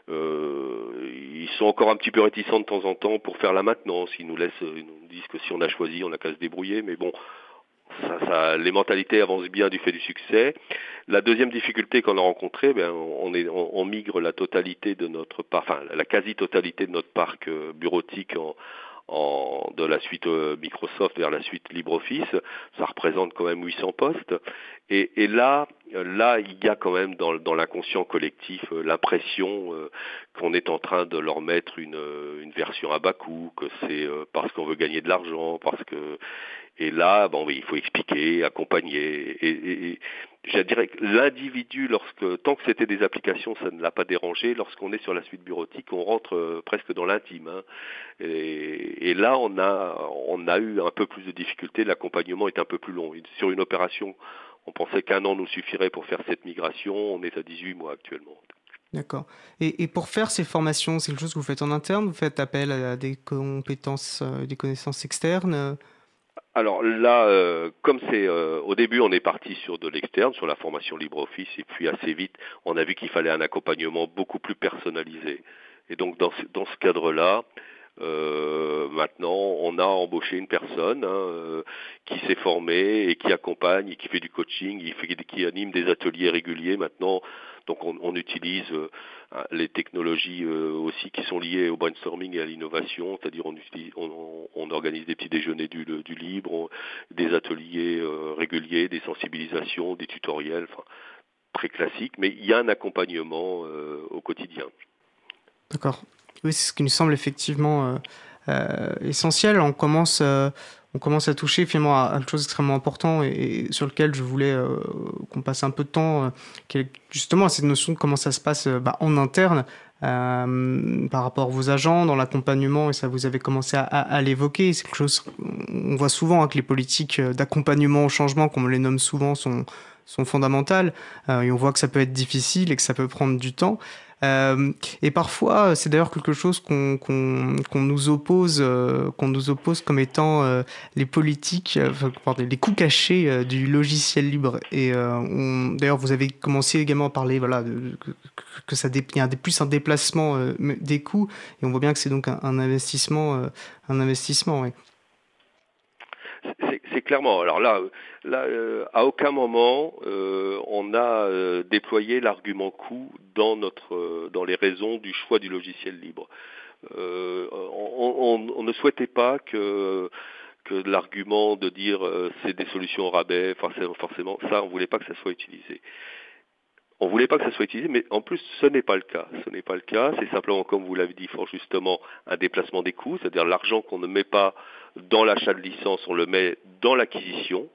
sont encore un petit peu réticents de temps en temps pour faire la maintenance. Ils nous disent que si on a choisi, on n'a qu'à se débrouiller. Mais bon, les mentalités avancent bien du fait du succès. La deuxième difficulté qu'on a rencontrée, on migre la totalité de notre parc, la quasi-totalité de notre parc bureautique de la suite Microsoft vers la suite LibreOffice. Ça représente quand même 800 postes. Et là, il y a quand même dans l'inconscient collectif l'impression qu'on est en train de leur mettre une version à bas coût, que c'est parce qu'on veut gagner de l'argent, parce que Et là, il faut expliquer, accompagner. Et je dirais que l'individu, tant que c'était des applications, ça ne l'a pas dérangé. Lorsqu'on est sur la suite bureautique, on rentre presque dans l'intime. Hein. Et là, on a eu un peu plus de difficultés. L'accompagnement est un peu plus long. Sur une opération, on pensait qu'un an nous suffirait pour faire cette migration. On est à 18 mois actuellement. D'accord. Et pour faire ces formations, c'est quelque chose que vous faites en interne? Vous faites appel à des compétences, des connaissances externes? Alors là, comme c'est au début, on est parti sur de l'externe, sur la formation LibreOffice, et puis assez vite, on a vu qu'il fallait un accompagnement beaucoup plus personnalisé. Et donc dans ce cadre-là, maintenant, on a embauché une personne qui s'est formée et qui accompagne, et qui fait du coaching, qui anime des ateliers réguliers maintenant. Donc on utilise les technologies aussi qui sont liées au brainstorming et à l'innovation, c'est-à-dire on organise des petits déjeuners du libre, des ateliers réguliers, des sensibilisations, des tutoriels, très classiques, mais il y a un accompagnement au quotidien. D'accord. Oui, c'est ce qui nous semble effectivement essentiel. On commence à toucher finalement à une chose extrêmement importante et sur lequel je voulais qu'on passe un peu de temps, justement à cette notion de comment ça se passe en interne par rapport à vos agents, dans l'accompagnement, et ça vous avez commencé à l'évoquer. C'est quelque chose, on voit souvent que les politiques d'accompagnement au changement, comme on les nomme souvent, sont fondamentales, et on voit que ça peut être difficile et que ça peut prendre du temps. Et parfois, c'est d'ailleurs quelque chose qu'on nous oppose comme étant les politiques, les coûts cachés du logiciel libre. Et d'ailleurs, vous avez commencé également à parler, que ça il y a plus un déplacement des coûts, et on voit bien que c'est donc un investissement, oui. C'est clairement. Alors là, à aucun moment on a déployé l'argument coût dans les raisons du choix du logiciel libre. On ne souhaitait pas que l'argument de dire c'est des solutions au rabais, forcément, ça, on voulait pas que ça soit utilisé. On voulait pas que ça soit utilisé, mais en plus, ce n'est pas le cas. C'est simplement, comme vous l'avez dit fort justement, un déplacement des coûts, c'est-à-dire l'argent qu'on ne met pas dans l'achat de licence, on le met dans l'acquisition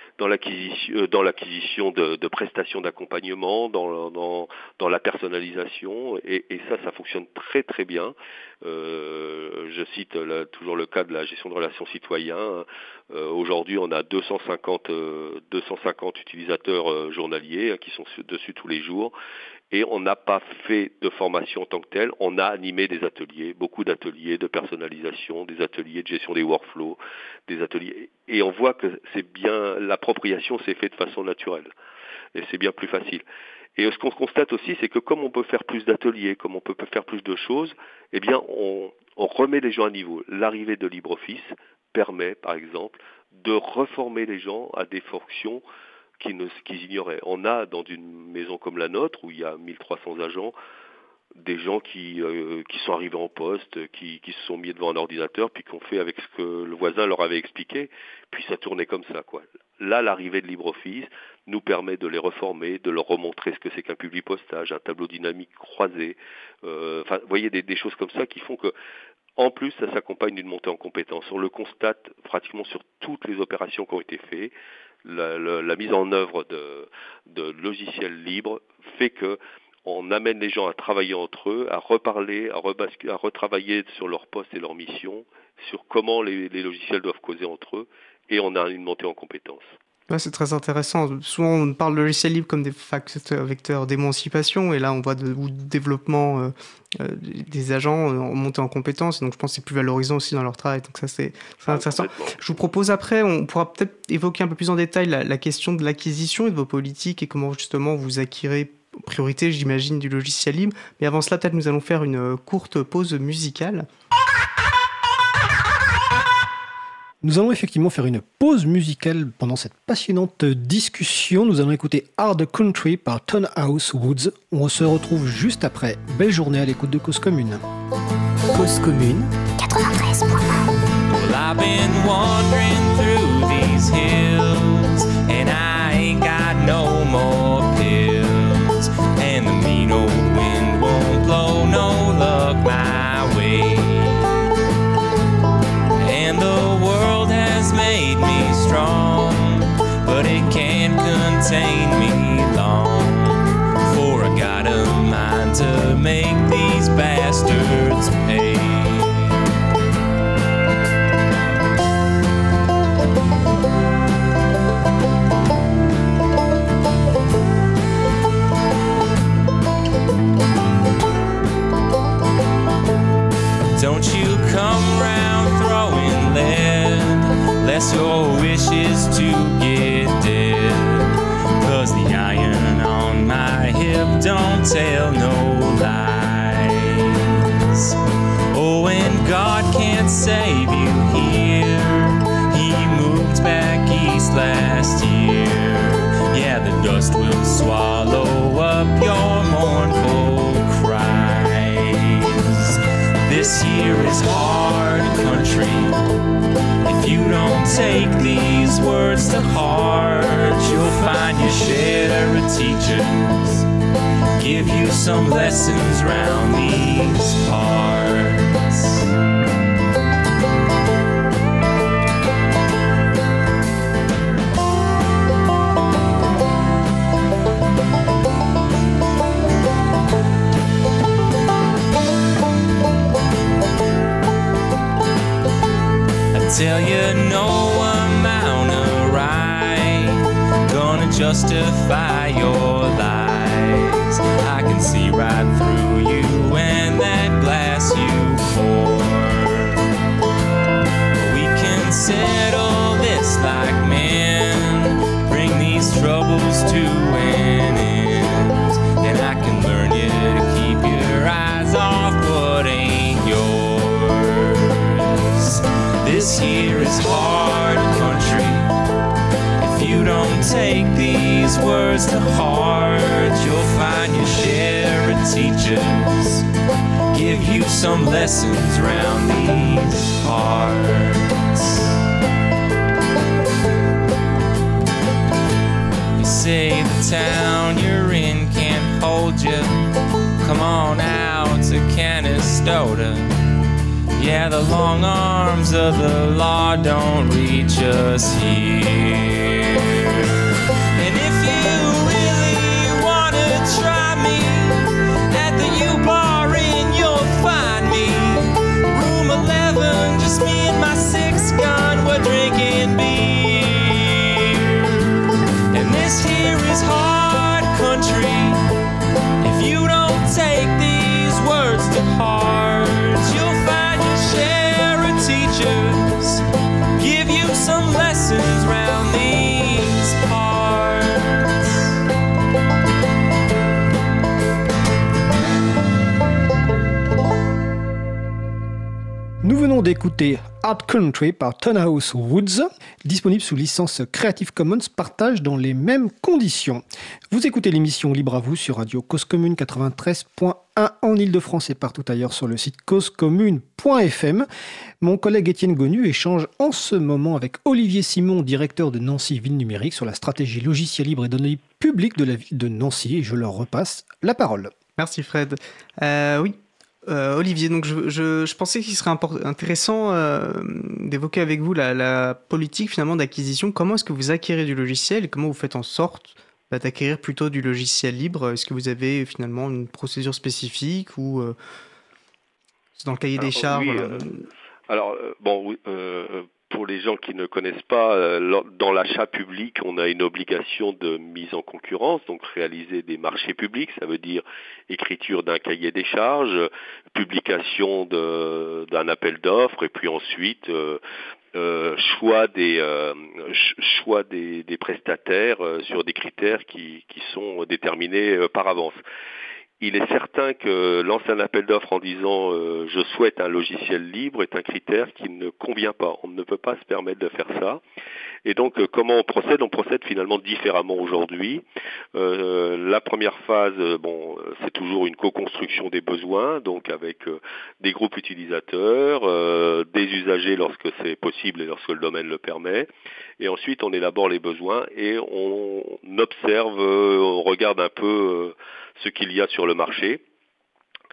de prestations d'accompagnement, dans la personnalisation, et ça fonctionne très très bien. Je cite toujours le cas de la gestion de relations citoyens. Aujourd'hui, on a 250 utilisateurs journaliers qui sont dessus tous les jours. Et on n'a pas fait de formation en tant que telle, on a animé des ateliers, beaucoup d'ateliers de personnalisation, des ateliers de gestion des workflows, des ateliers, et on voit que c'est bien, l'appropriation s'est faite de façon naturelle, et c'est bien plus facile. Et ce qu'on constate aussi, c'est que comme on peut faire plus d'ateliers, comme on peut faire plus de choses, eh bien on remet les gens à niveau. L'arrivée de LibreOffice permet, par exemple, de reformer les gens à des fonctions qu'ils ignoraient. On a dans une maison comme la nôtre, où il y a 1300 agents, des gens qui sont arrivés en poste, qui se sont mis devant un ordinateur, puis qui ont fait avec ce que le voisin leur avait expliqué, puis ça tournait comme ça, quoi. Là, l'arrivée de LibreOffice nous permet de les reformer, de leur remontrer ce que c'est qu'un publipostage, un tableau dynamique croisé. Vous voyez, des choses comme ça qui font que, en plus, ça s'accompagne d'une montée en compétences. On le constate pratiquement sur toutes les opérations qui ont été faites. La mise en œuvre de logiciels libres fait que on amène les gens à travailler entre eux, à reparler, à retravailler sur leur poste et leur mission, sur comment les logiciels doivent causer entre eux, et on a une montée en compétences. Ouais, c'est très intéressant. Souvent, on parle de logiciels libres comme des vecteurs d'émancipation, et là, on voit ou de développement des agents en montée en compétences. Donc, je pense que c'est plus valorisant aussi dans leur travail. Donc, ça, c'est intéressant. Je vous propose après, on pourra peut-être évoquer un peu plus en détail la question de l'acquisition et de vos politiques et comment justement vous acquérez priorité, j'imagine, du logiciel libre. Mais avant cela, peut-être nous allons faire une courte pause musicale. Nous allons effectivement faire une pause musicale pendant cette passionnante discussion. Nous allons écouter Hard Country par Tonhouse Woods. On se retrouve juste après. Belle journée à l'écoute de Cause Commune. Cause Commune 93.1. Well, I've been wandering through these hills and I ain't got no more pills, and the mean old wind won't blow no luck my way, and the world has made me made me long, for I got a mind to make these bastards pay. Don't you come round throwing lead, lest your wish is to get dead. 'Cause the iron on my hip don't tell no lies. Oh, and God can't save you here, He moved back east last year. Yeah, the dust will swallow up your mournful cries. This here is hard country. If you don't take these words to heart, you'll find your share of teachers give you some lessons round these parts. Tell you no amount of right gonna justify your lies. I can see right through you and that glass you pour. We can settle this like men, bring these troubles to an end, and I can learn you to keep your eyes off what ain't yours. This here is hard country. If you don't take these words to heart, you'll find your share of teachers give you some lessons round these parts. You say the town you're in can't hold you. Come on out to Canastota. Yeah, the long arms of the law don't reach us here. And if you really wanna try me, at the U-Bar Inn you'll find me. Room 11, just me and my 6-gun, we're drinking beer. And this here is hard country. If you don't take these words to heart, you'll find share of teachers give you some lessons round these parts. Nous venons d'écouter Hard Country par Tonhouse Woods, disponible sous licence Creative Commons partage dans les mêmes conditions. Vous écoutez l'émission Libre à vous sur Radio Cause Commune 93.1 en Ile-de-France et partout ailleurs sur le site causecommune.fm. Mon collègue Étienne Gonu échange en ce moment avec Olivier Simon, directeur de Nancy Ville Numérique, sur la stratégie logiciel libre et données publiques de la ville de Nancy, et je leur repasse la parole. Merci Fred. Oui. Olivier, donc je pensais qu'il serait intéressant d'évoquer avec vous la politique finalement d'acquisition. Comment est-ce que vous acquérez du logiciel et comment vous faites en sorte d'acquérir plutôt du logiciel libre? Est-ce que vous avez finalement une procédure spécifique ou c'est dans le cahier des charges? Oui. Pour les gens qui ne connaissent pas, dans l'achat public, on a une obligation de mise en concurrence, donc réaliser des marchés publics, ça veut dire écriture d'un cahier des charges, publication d'un appel d'offres, et puis ensuite choix des prestataires sur des critères qui sont déterminés par avance. Il est certain que lancer un appel d'offres en disant je souhaite un logiciel libre est un critère qui ne convient pas. On ne peut pas se permettre de faire ça. Et donc comment on procède? On procède finalement différemment aujourd'hui. La première phase, c'est toujours une co-construction des besoins, donc avec des groupes utilisateurs, des usagers lorsque c'est possible et lorsque le domaine le permet. Et ensuite on élabore les besoins et on observe, on regarde un peu ce qu'il y a sur le marché.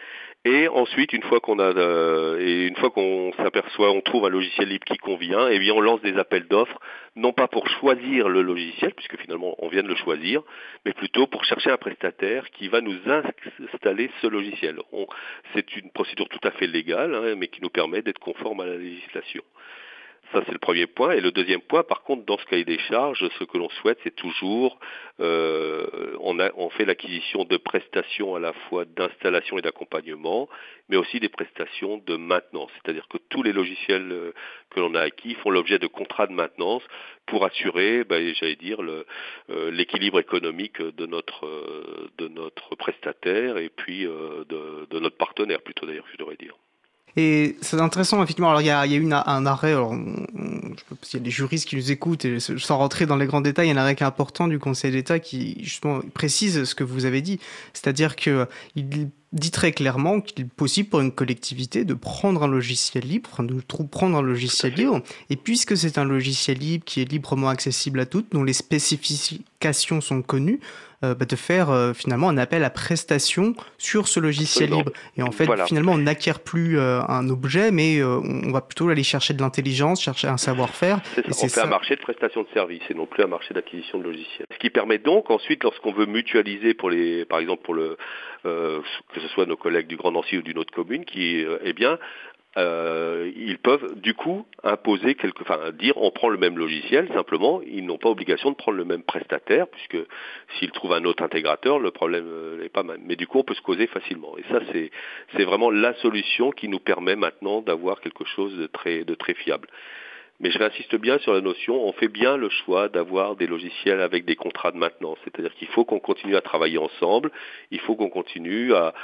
Et ensuite, une fois qu'on s'aperçoit, on trouve un logiciel libre qui convient, et bien on lance des appels d'offres, non pas pour choisir le logiciel, puisque finalement on vient de le choisir, mais plutôt pour chercher un prestataire qui va nous installer ce logiciel. C'est une procédure tout à fait légale, hein, mais qui nous permet d'être conforme à la législation. Ça, c'est le premier point. Et le deuxième point, par contre, dans ce cahier des charges, ce que l'on souhaite, c'est toujours, on fait l'acquisition de prestations à la fois d'installation et d'accompagnement, mais aussi des prestations de maintenance. C'est-à-dire que tous les logiciels que l'on a acquis font l'objet de contrats de maintenance pour assurer, l'équilibre économique de notre prestataire et puis de notre partenaire, plutôt d'ailleurs, je devrais dire. Et c'est intéressant, effectivement. Alors, il y a eu un arrêt, alors, il y a des juristes qui nous écoutent, et sans rentrer dans les grands détails, il y a un arrêt qui est important du Conseil d'État qui, justement, précise ce que vous avez dit. C'est-à-dire qu'il dit très clairement qu'il est possible pour une collectivité de prendre un logiciel libre, prendre un logiciel libre, et puisque c'est un logiciel libre qui est librement accessible à toutes, dont les spécifications sont connues, de faire finalement un appel à prestation sur ce logiciel libre. Et en fait, finalement, on n'acquiert plus un objet, mais on va plutôt aller chercher de l'intelligence, chercher un savoir-faire. On fait un marché de prestation de services et non plus un marché d'acquisition de logiciels. Ce qui permet donc ensuite, lorsqu'on veut mutualiser par exemple que ce soit nos collègues du Grand Nancy ou d'une autre commune, ils peuvent du coup imposer dire on prend le même logiciel, simplement ils n'ont pas obligation de prendre le même prestataire, puisque s'ils trouvent un autre intégrateur, le problème n'est pas même. Mais du coup on peut se causer facilement, et ça c'est vraiment la solution qui nous permet maintenant d'avoir quelque chose de très fiable. Mais je réinsiste bien sur la notion, on fait bien le choix d'avoir des logiciels avec des contrats de maintenance. C'est-à-dire qu'il faut qu'on continue à travailler ensemble, il faut qu'on continue à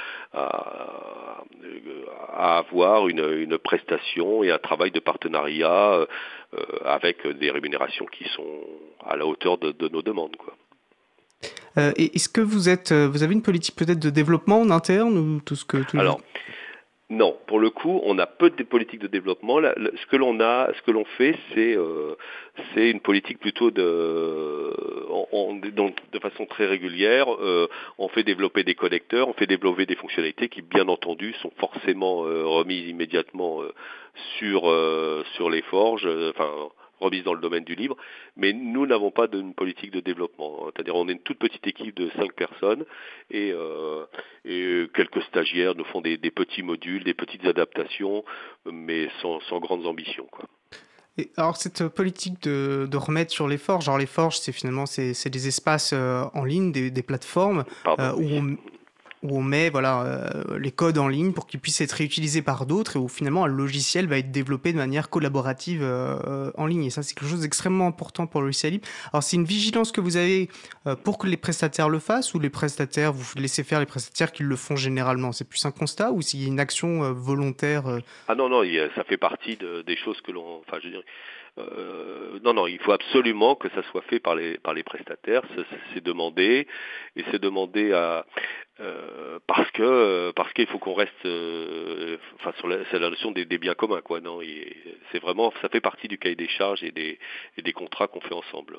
avoir une prestation et un travail de partenariat avec des rémunérations qui sont à la hauteur de nos demandes, quoi. Et est-ce que vous avez une politique peut-être de développement en interne ou tout ce que... Non, pour le coup, on a peu de politiques de développement. Ce que l'on fait, c'est une politique plutôt de façon très régulière. On fait développer des connecteurs, on fait développer des fonctionnalités qui, bien entendu, sont forcément remises immédiatement sur les forges. Remise dans le domaine du libre, mais nous n'avons pas d'une politique de développement. C'est-à-dire on est une toute petite équipe de 5 personnes et quelques stagiaires nous font des petits modules, des petites adaptations, mais sans grandes ambitions, quoi. Et alors cette politique de remettre sur les forges, genre les forges c'est des espaces en ligne, des plateformes où on met les codes en ligne pour qu'ils puissent être réutilisés par d'autres et où finalement un logiciel va être développé de manière collaborative en ligne. Et ça, c'est quelque chose d'extrêmement important pour le logiciel libre. Alors, c'est une vigilance que vous avez pour que les prestataires le fassent, ou les prestataires, vous laissez faire les prestataires qui le font généralement? C'est plus un constat ou s'il y a une action volontaire Ah non, ça fait partie des choses que l'on... Enfin, je dirais... non, il faut absolument que ça soit fait par les prestataires. C'est demandé, et c'est demandé parce qu'il faut qu'on reste c'est la notion des biens communs, quoi. Non, c'est vraiment, ça fait partie du cahier des charges et des contrats qu'on fait ensemble.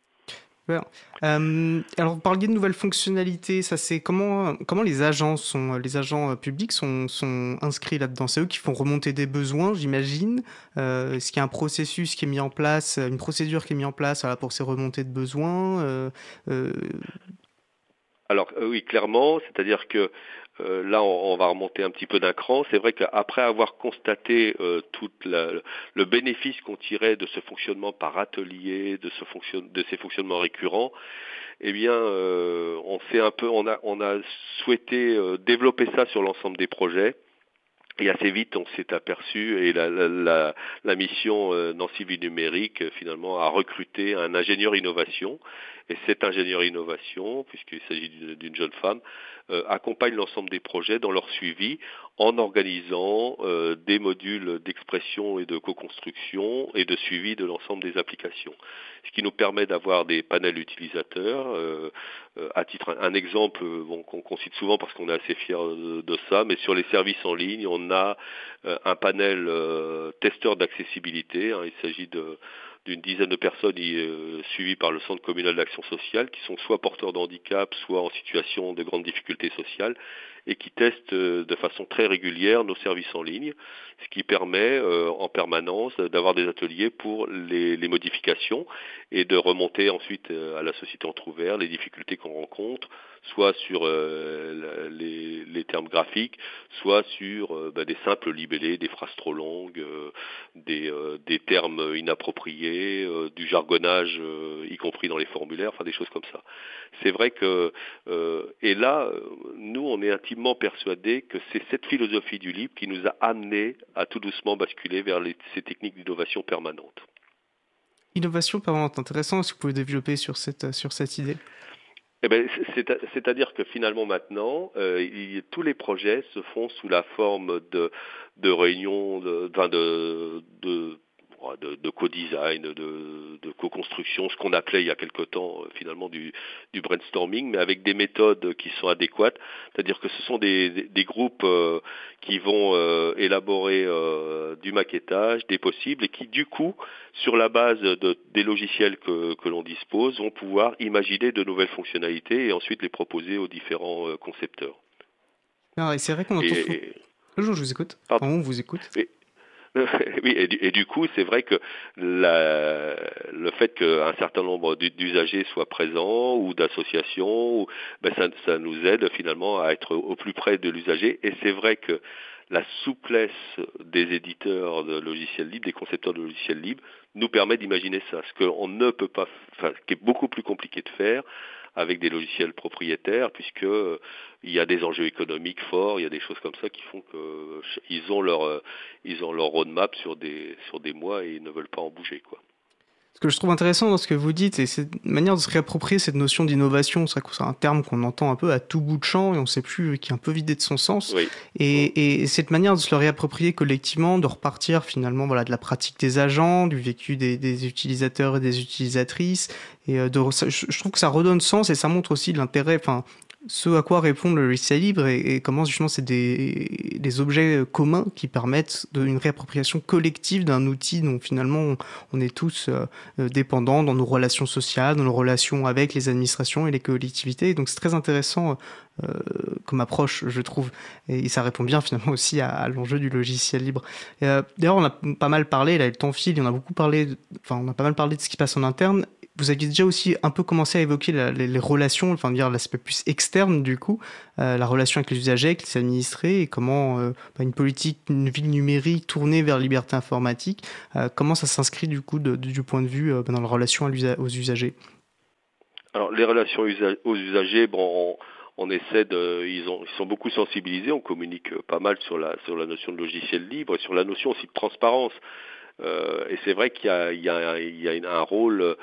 Alors, vous parliez de nouvelles fonctionnalités. Ça, c'est comment les agents publics sont inscrits là-dedans? C'est eux qui font remonter des besoins, j'imagine. Est-ce qu'il y a un processus qui est mis en place, une procédure qui est mise en place pour ces remontées de besoins Alors oui, clairement, c'est-à-dire que là, on va remonter un petit peu d'un cran. C'est vrai qu'après avoir constaté tout le bénéfice qu'on tirait de ce fonctionnement par atelier, de ces fonctionnements récurrents, eh bien, on a souhaité développer ça sur l'ensemble des projets. Et assez vite, on s'est aperçu, et la mission Nancy Vie Numérique, finalement, a recruté un ingénieur innovation. Et cet ingénieur innovation, puisqu'il s'agit d'une jeune femme, accompagne l'ensemble des projets dans leur suivi en organisant des modules d'expression et de co-construction et de suivi de l'ensemble des applications. Ce qui nous permet d'avoir des panels utilisateurs. À titre un exemple qu'on cite souvent parce qu'on est assez fiers de ça, mais sur les services en ligne, on a un panel testeur d'accessibilité. Il s'agit d'une dizaine de personnes suivies par le Centre communal d'action sociale, qui sont soit porteurs de handicap, soit en situation de grande difficulté sociale, et qui testent de façon très régulière nos services en ligne, ce qui permet en permanence d'avoir des ateliers pour les modifications et de remonter ensuite à la société entrouverte les difficultés qu'on rencontre, soit sur les termes graphiques, soit sur des simples libellés, des phrases trop longues, des termes inappropriés, du jargonnage, y compris dans les formulaires, enfin des choses comme ça. C'est vrai que, et là, nous, on est intimement persuadés que c'est cette philosophie du libre qui nous a amenés à tout doucement basculer vers ces techniques d'innovation permanente. Innovation permanente, intéressant. Est-ce que vous pouvez développer sur cette idée ? Eh ben, c'est-à-dire que finalement maintenant, tous les projets se font sous la forme de réunions, de co-design, de co-construction, ce qu'on appelait il y a quelque temps finalement du brainstorming, mais avec des méthodes qui sont adéquates. C'est-à-dire que ce sont des groupes qui vont élaborer du maquettage, des possibles, et qui du coup, sur la base des logiciels que l'on dispose, vont pouvoir imaginer de nouvelles fonctionnalités et ensuite les proposer aux différents concepteurs. Alors, et c'est vrai qu'on entend souvent... Je vous écoute. Pardon, on vous écoute. Oui, et du coup, c'est vrai que le fait qu'un certain nombre d'usagers soient présents ou d'associations, ça nous aide finalement à être au plus près de l'usager. Et c'est vrai que la souplesse des éditeurs de logiciels libres, des concepteurs de logiciels libres, nous permet d'imaginer ça. Ce qu'on ne peut pas, qui est beaucoup plus compliqué de faire avec des logiciels propriétaires, puisque il y a des enjeux économiques forts, il y a des choses comme ça qui font que ils ont leur roadmap sur des mois et ils ne veulent pas en bouger, quoi. Ce que je trouve intéressant dans ce que vous dites, et cette manière de se réapproprier cette notion d'innovation, c'est un terme qu'on entend un peu à tout bout de champ et on ne sait plus, qui est un peu vidé de son sens. Oui. Et cette manière de se le réapproprier collectivement, de repartir finalement de la pratique des agents, du vécu des utilisateurs et des utilisatrices, et je trouve que ça redonne sens et ça montre aussi l'intérêt, ce à quoi répond le logiciel libre et comment justement c'est des objets communs qui permettent une réappropriation collective d'un outil dont finalement on est tous dépendants dans nos relations sociales, dans nos relations avec les administrations et les collectivités. Et donc c'est très intéressant comme approche, je trouve, et ça répond bien finalement aussi à l'enjeu du logiciel libre. D'ailleurs, on a pas mal parlé, là le temps file, on a pas mal parlé de ce qui passe en interne. Vous aviez déjà aussi un peu commencé à évoquer les relations, dire l'aspect plus externe du coup, la relation avec les usagers, avec les administrés, et comment une ville numérique tournée vers la liberté informatique, comment ça s'inscrit du coup du point de vue dans la relation aux usagers. Alors les relations aux usagers, on essaie ils sont beaucoup sensibilisés, on communique pas mal sur la notion de logiciel libre et sur la notion aussi de transparence. Et c'est vrai qu'il y a un rôle.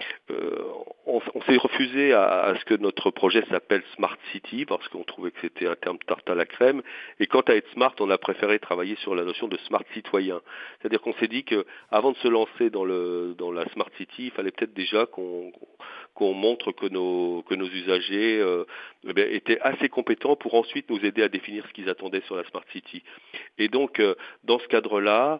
On s'est refusé à ce que notre projet s'appelle Smart City parce qu'on trouvait que c'était un terme tarte à la crème. Et quant à être smart, on a préféré travailler sur la notion de smart citoyen. C'est-à-dire qu'on s'est dit que avant de se lancer dans la Smart City, il fallait peut-être déjà qu'on montre que nos usagers étaient assez compétents pour ensuite nous aider à définir ce qu'ils attendaient sur la Smart City. Et donc, dans ce cadre-là,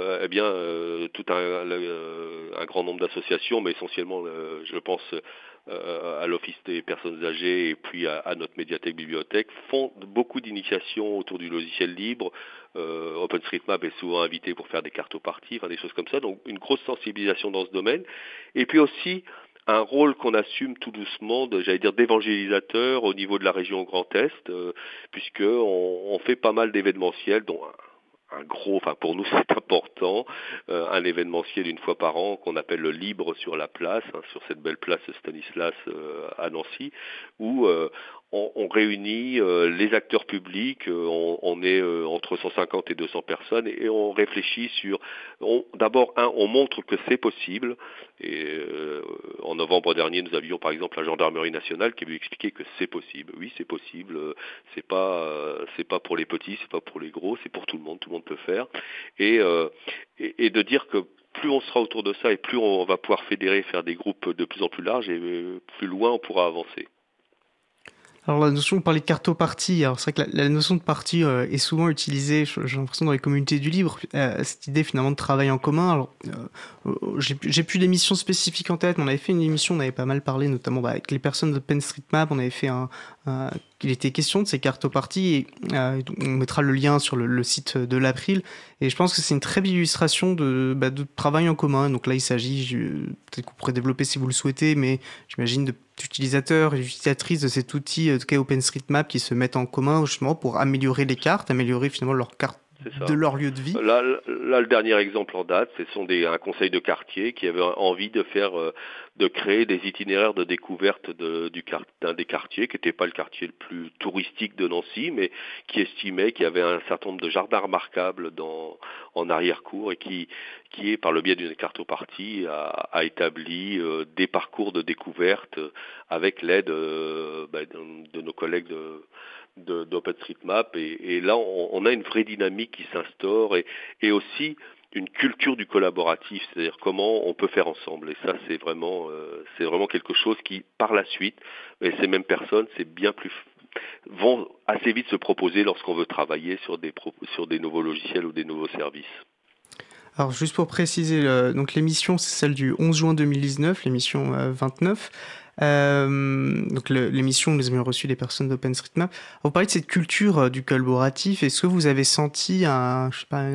tout un grand nombre d'associations, mais essentiellement, je pense à l'Office des personnes âgées et puis à notre médiathèque-bibliothèque, font beaucoup d'initiations autour du logiciel libre. OpenStreetMap est souvent invité pour faire des cartoparties, des choses comme ça. Donc, une grosse sensibilisation dans ce domaine. Et puis aussi, un rôle qu'on assume tout doucement, d'évangélisateur au niveau de la région Grand Est, puisqu'on fait pas mal d'événementiels, dont un gros, pour nous c'est important, un événementiel une fois par an qu'on appelle le Libre sur la place, sur cette belle place Stanislas à Nancy, où on réunit les acteurs publics, on est entre 150 et 200 personnes et on réfléchit sur, d'abord on montre que c'est possible, et en novembre dernier nous avions par exemple la gendarmerie nationale qui lui expliquait que c'est possible. Oui, c'est possible, c'est pas pour les petits, c'est pas pour les gros, c'est pour tout le monde peut faire, et de dire que plus on sera autour de ça et plus on va pouvoir fédérer, faire des groupes de plus en plus larges et plus loin on pourra avancer. Alors la notion, on parlait de cartopartie. Alors c'est vrai que la notion de partie est souvent utilisée, j'ai l'impression, dans les communautés du libre. Cette idée finalement de travail en commun. Alors j'ai plus d'émissions spécifiques en tête, mais on avait fait une émission, on avait pas mal parlé, notamment avec les personnes d'OpenStreetMap. On avait fait il était question de ces cartoparties et on mettra le lien sur le site de l'April. Et je pense que c'est une très belle illustration de travail en commun. Donc là, il s'agit, peut-être que vous pourrez développer si vous le souhaitez, mais j'imagine d'utilisateurs et d'utilisatrices de cet outil, en tout cas OpenStreetMap, qui se mettent en commun justement pour améliorer les cartes, améliorer finalement leur carte de leur lieu de vie. Là, le dernier exemple en date, ce sont un conseil de quartier qui avait envie de créer des itinéraires de découverte d'un des quartiers, qui n'était pas le quartier le plus touristique de Nancy, mais qui estimait qu'il y avait un certain nombre de jardins remarquables en arrière-cour et qui est, par le biais d'une cartopartie, a établi des parcours de découverte avec l'aide de nos collègues d'OpenStreetMap et là on a une vraie dynamique qui s'instaure et aussi une culture du collaboratif, c'est-à-dire comment on peut faire ensemble et ça c'est vraiment quelque chose qui par la suite, et ces mêmes personnes vont assez vite se proposer lorsqu'on veut travailler sur des nouveaux logiciels ou des nouveaux services. Alors juste pour préciser, donc l'émission c'est celle du 11 juin 2019, l'émission 29. Donc l'émission, nous avions reçu des personnes d'OpenStreetMap. Vous parlez de cette culture du collaboratif. Est-ce que vous avez senti un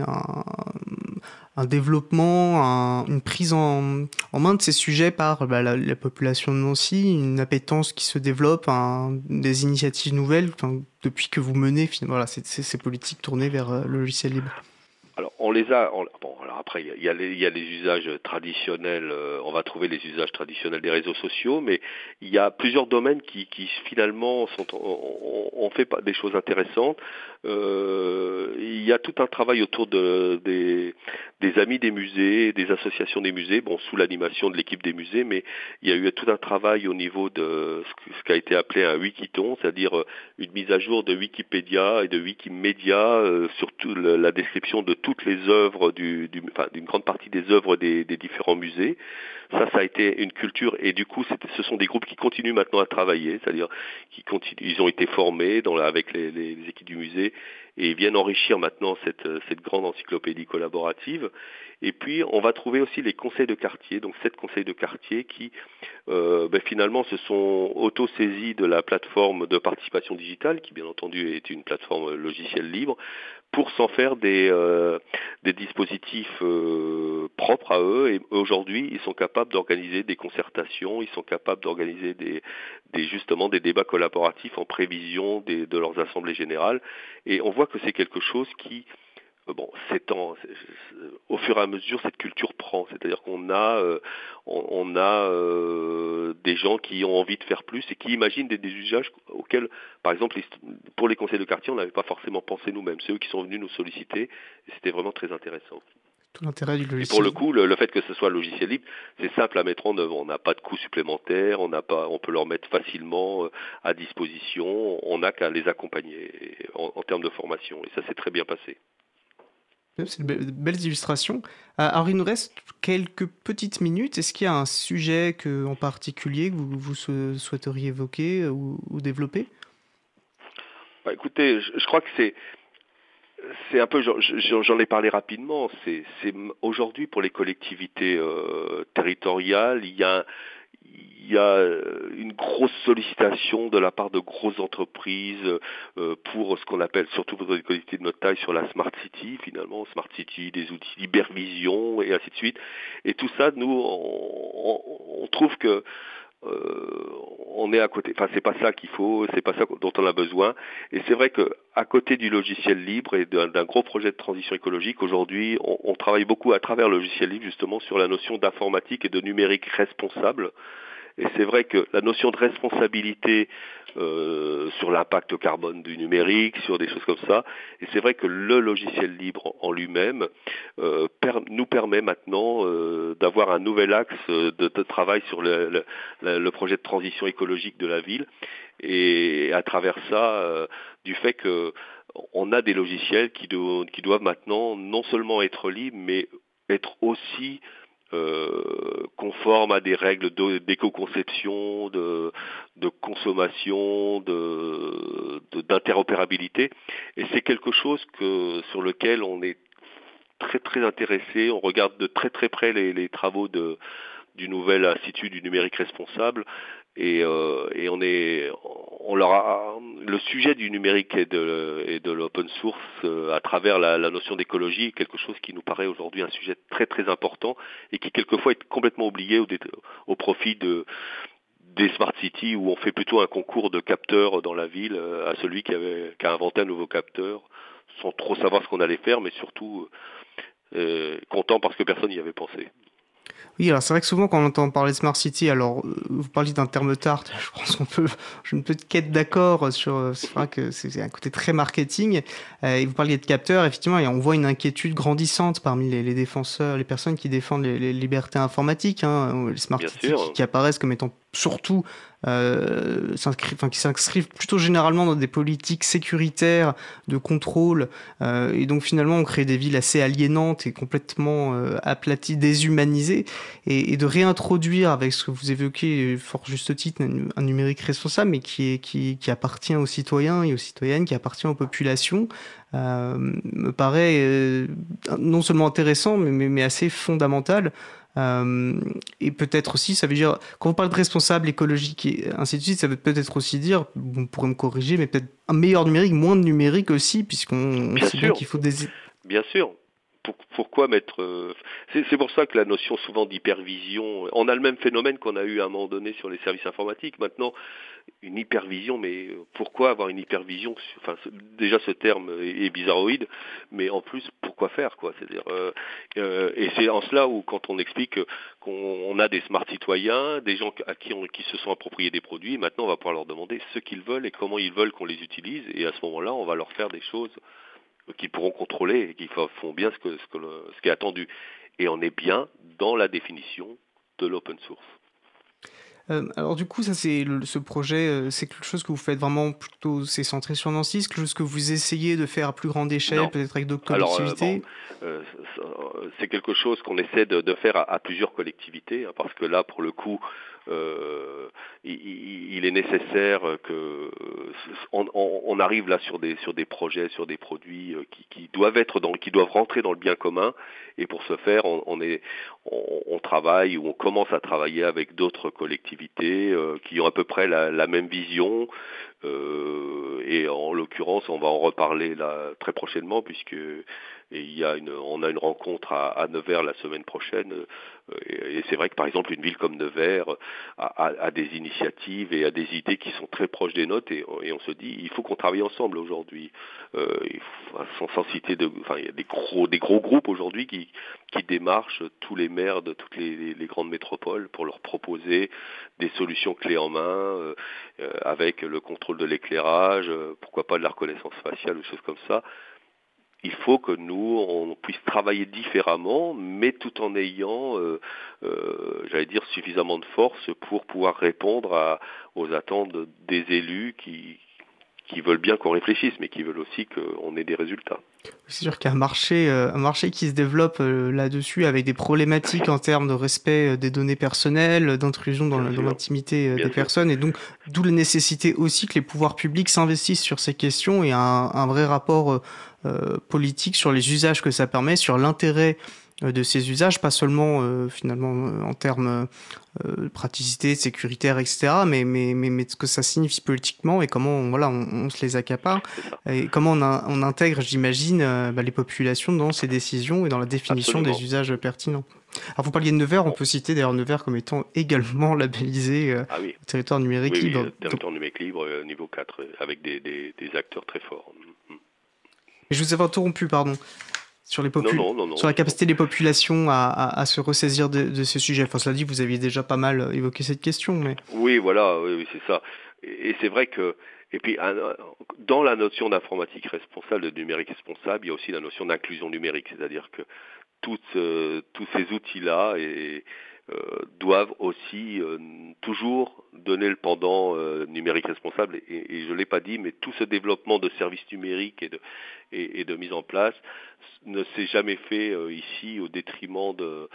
développement, une prise en main de ces sujets par la population de Nancy, une appétence qui se développe, des initiatives nouvelles depuis que vous menez finalement ces politiques tournées vers le logiciel libre? Alors on les a. Alors après il y a les usages traditionnels. On va trouver les usages traditionnels des réseaux sociaux, mais il y a plusieurs domaines qui finalement ont fait des choses intéressantes. Il y a tout un travail autour des amis des musées, des associations des musées, sous l'animation de l'équipe des musées, mais il y a eu tout un travail au niveau de ce qui a été appelé un Wikiton, c'est-à-dire une mise à jour de Wikipédia et de Wikimedia sur la description de toutes les œuvres d'une grande partie des œuvres des différents musées. Ça a été une culture et du coup ce sont des groupes qui continuent maintenant à travailler, c'est-à-dire ils ont été formés avec les équipes du musée et ils viennent enrichir maintenant cette grande encyclopédie collaborative. Et puis on va trouver aussi les conseils de quartier, donc 7 conseils de quartier qui finalement se sont auto-saisis de la plateforme de participation digitale, qui bien entendu est une plateforme logicielle libre, pour s'en faire des dispositifs propres à eux. Et aujourd'hui, ils sont capables d'organiser des concertations, ils sont capables d'organiser justement des débats collaboratifs en prévision de leurs assemblées générales. Et on voit que c'est quelque chose qui au fur et à mesure, cette culture prend. C'est-à-dire qu'on a des gens qui ont envie de faire plus et qui imaginent des usages auxquels, par exemple, pour les conseils de quartier, on n'avait pas forcément pensé nous-mêmes. C'est eux qui sont venus nous solliciter et c'était vraiment très intéressant. Tout l'intérêt du logiciel. Et pour le coup, le fait que ce soit logiciel libre, c'est simple à mettre en œuvre. On n'a pas de coûts supplémentaires, on peut leur mettre facilement à disposition. On n'a qu'à les accompagner en termes de formation. Et ça s'est très bien passé. C'est de belles illustrations. Alors, il nous reste quelques petites minutes. Est-ce qu'il y a un sujet en particulier que vous souhaiteriez évoquer ou développer ? Écoutez, je crois que c'est un peu, j'en ai parlé rapidement, c'est aujourd'hui pour les collectivités territoriales, il y a une grosse sollicitation de la part de grosses entreprises pour ce qu'on appelle, surtout pour des collectivités de notre taille, sur la Smart City, finalement, Smart City, des outils d'hypervision et ainsi de suite. Et tout ça, nous, on trouve que on est à côté. Enfin, c'est pas ça qu'il faut, c'est pas ça dont on a besoin. Et c'est vrai que à côté du logiciel libre et d'un gros projet de transition écologique, aujourd'hui, on travaille beaucoup à travers le logiciel libre justement sur la notion d'informatique et de numérique responsable. Et c'est vrai que la notion de responsabilité sur l'impact carbone du numérique, sur des choses comme ça, et c'est vrai que le logiciel libre en lui-même nous permet maintenant d'avoir un nouvel axe de travail sur le projet de transition écologique de la ville, et à travers ça, du fait que on a des logiciels qui doivent maintenant non seulement être libres, mais être aussi conforme à des règles d'éco-conception, de consommation, d'interopérabilité. Et c'est quelque chose sur lequel on est très très intéressé. On regarde de très très près les travaux du nouvel Institut du numérique responsable. Et on leur a le sujet du numérique et de l'open source à travers la notion d'écologie est quelque chose qui nous paraît aujourd'hui un sujet très très important et qui quelquefois est complètement oublié au profit des smart cities où on fait plutôt un concours de capteurs dans la ville à celui qui a inventé un nouveau capteur sans trop savoir ce qu'on allait faire, mais surtout content parce que personne n'y avait pensé. Oui, alors c'est vrai que souvent quand on entend parler de Smart City, alors vous parliez d'un terme tarte, je pense j'ai une petite quête d'accord sur, c'est vrai que c'est un côté très marketing, et vous parliez de capteurs, effectivement, et on voit une inquiétude grandissante parmi les défenseurs, les personnes qui défendent les libertés informatiques, les Smart City qui apparaissent comme étant surtout qui s'inscrivent plutôt généralement dans des politiques sécuritaires de contrôle, et donc finalement on crée des villes assez aliénantes et complètement aplaties, déshumanisées, et de réintroduire avec ce que vous évoquez fort juste titre un numérique responsable, mais qui appartient aux citoyens et aux citoyennes, qui appartient aux populations, me paraît non seulement intéressant mais assez fondamental. Et peut-être aussi, ça veut dire, quand on parle de responsable écologique et ainsi de suite, ça veut peut-être aussi dire, vous pourrez me corriger, mais peut-être un meilleur numérique, moins de numérique aussi, puisqu'on sait bien qu'il faut des... Bien sûr. Pourquoi mettre... C'est pour ça que la notion souvent d'hypervision... On a le même phénomène qu'on a eu à un moment donné sur les services informatiques. Maintenant, une hypervision, mais pourquoi avoir une hypervision ? Enfin, déjà ce terme est bizarroïde, mais en plus, pourquoi faire, quoi ? C'est-à-dire, et c'est en cela où, quand on explique qu'on a des smart citoyens, des gens qui se sont appropriés des produits, maintenant on va pouvoir leur demander ce qu'ils veulent et comment ils veulent qu'on les utilise, et à ce moment-là, on va leur faire des choses qu'ils pourront contrôler et qui font bien ce qui est attendu. Et on est bien dans la définition de l'open source. Alors du coup, ça ce projet, c'est quelque chose que vous faites vraiment plutôt, c'est centré sur Nancy, c'est quelque chose que vous essayez de faire à plus grande échelle, peut-être avec d'autres collectivités. C'est quelque chose qu'on essaie de faire à plusieurs collectivités, hein, parce que là, pour le coup, il est nécessaire que on arrive là sur des projets, sur des produits qui doivent rentrer dans le bien commun. Et pour ce faire, on travaille ou on commence à travailler avec d'autres collectivités qui ont à peu près la même vision. Et en l'occurrence, on va en reparler là très prochainement, puisque on a une rencontre à Nevers la semaine prochaine. Et c'est vrai que par exemple une ville comme Nevers a des initiatives et a des idées qui sont très proches des nôtres, et on se dit il faut qu'on travaille ensemble aujourd'hui. Sans citer il y a des gros groupes aujourd'hui qui démarchent tous les maires de toutes les grandes métropoles pour leur proposer des solutions clés en main, avec le contrôle de l'éclairage, pourquoi pas de la reconnaissance faciale ou des choses comme ça. Il faut que nous, on puisse travailler différemment, mais tout en ayant, suffisamment de force pour pouvoir répondre aux attentes des élus qui veulent bien qu'on réfléchisse, mais qui veulent aussi qu'on ait des résultats. C'est sûr qu'il y a un marché qui se développe là-dessus, avec des problématiques en termes de respect des données personnelles, d'intrusion dans l'intimité des personnes, et donc d'où la nécessité aussi que les pouvoirs publics s'investissent sur ces questions et un vrai rapport politique sur les usages que ça permet, sur l'intérêt de ces usages, pas seulement en termes de praticité, sécuritaire, etc., mais ce que ça signifie politiquement et comment on se les accapare, et comment on intègre, j'imagine, les populations dans ces décisions et dans la définition des usages pertinents. Alors vous parliez de Nevers, on peut citer d'ailleurs Nevers comme étant également labellisé territoire numérique libre. Oui, territoire numérique libre, niveau 4, avec des acteurs très forts. Et je vous avais interrompu, pardon. Sur la capacité des populations à se ressaisir de ce sujet. Enfin, cela dit, vous aviez déjà pas mal évoqué cette question, mais... Oui, voilà, oui, c'est ça. Et c'est vrai que, et puis, dans la notion d'informatique responsable, de numérique responsable, il y a aussi la notion d'inclusion numérique, c'est-à-dire que tous ces outils-là doivent aussi toujours donner le pendant numérique responsable. Et je l'ai pas dit, mais tout ce développement de services numériques et de mise en place ne s'est jamais fait ici au détriment de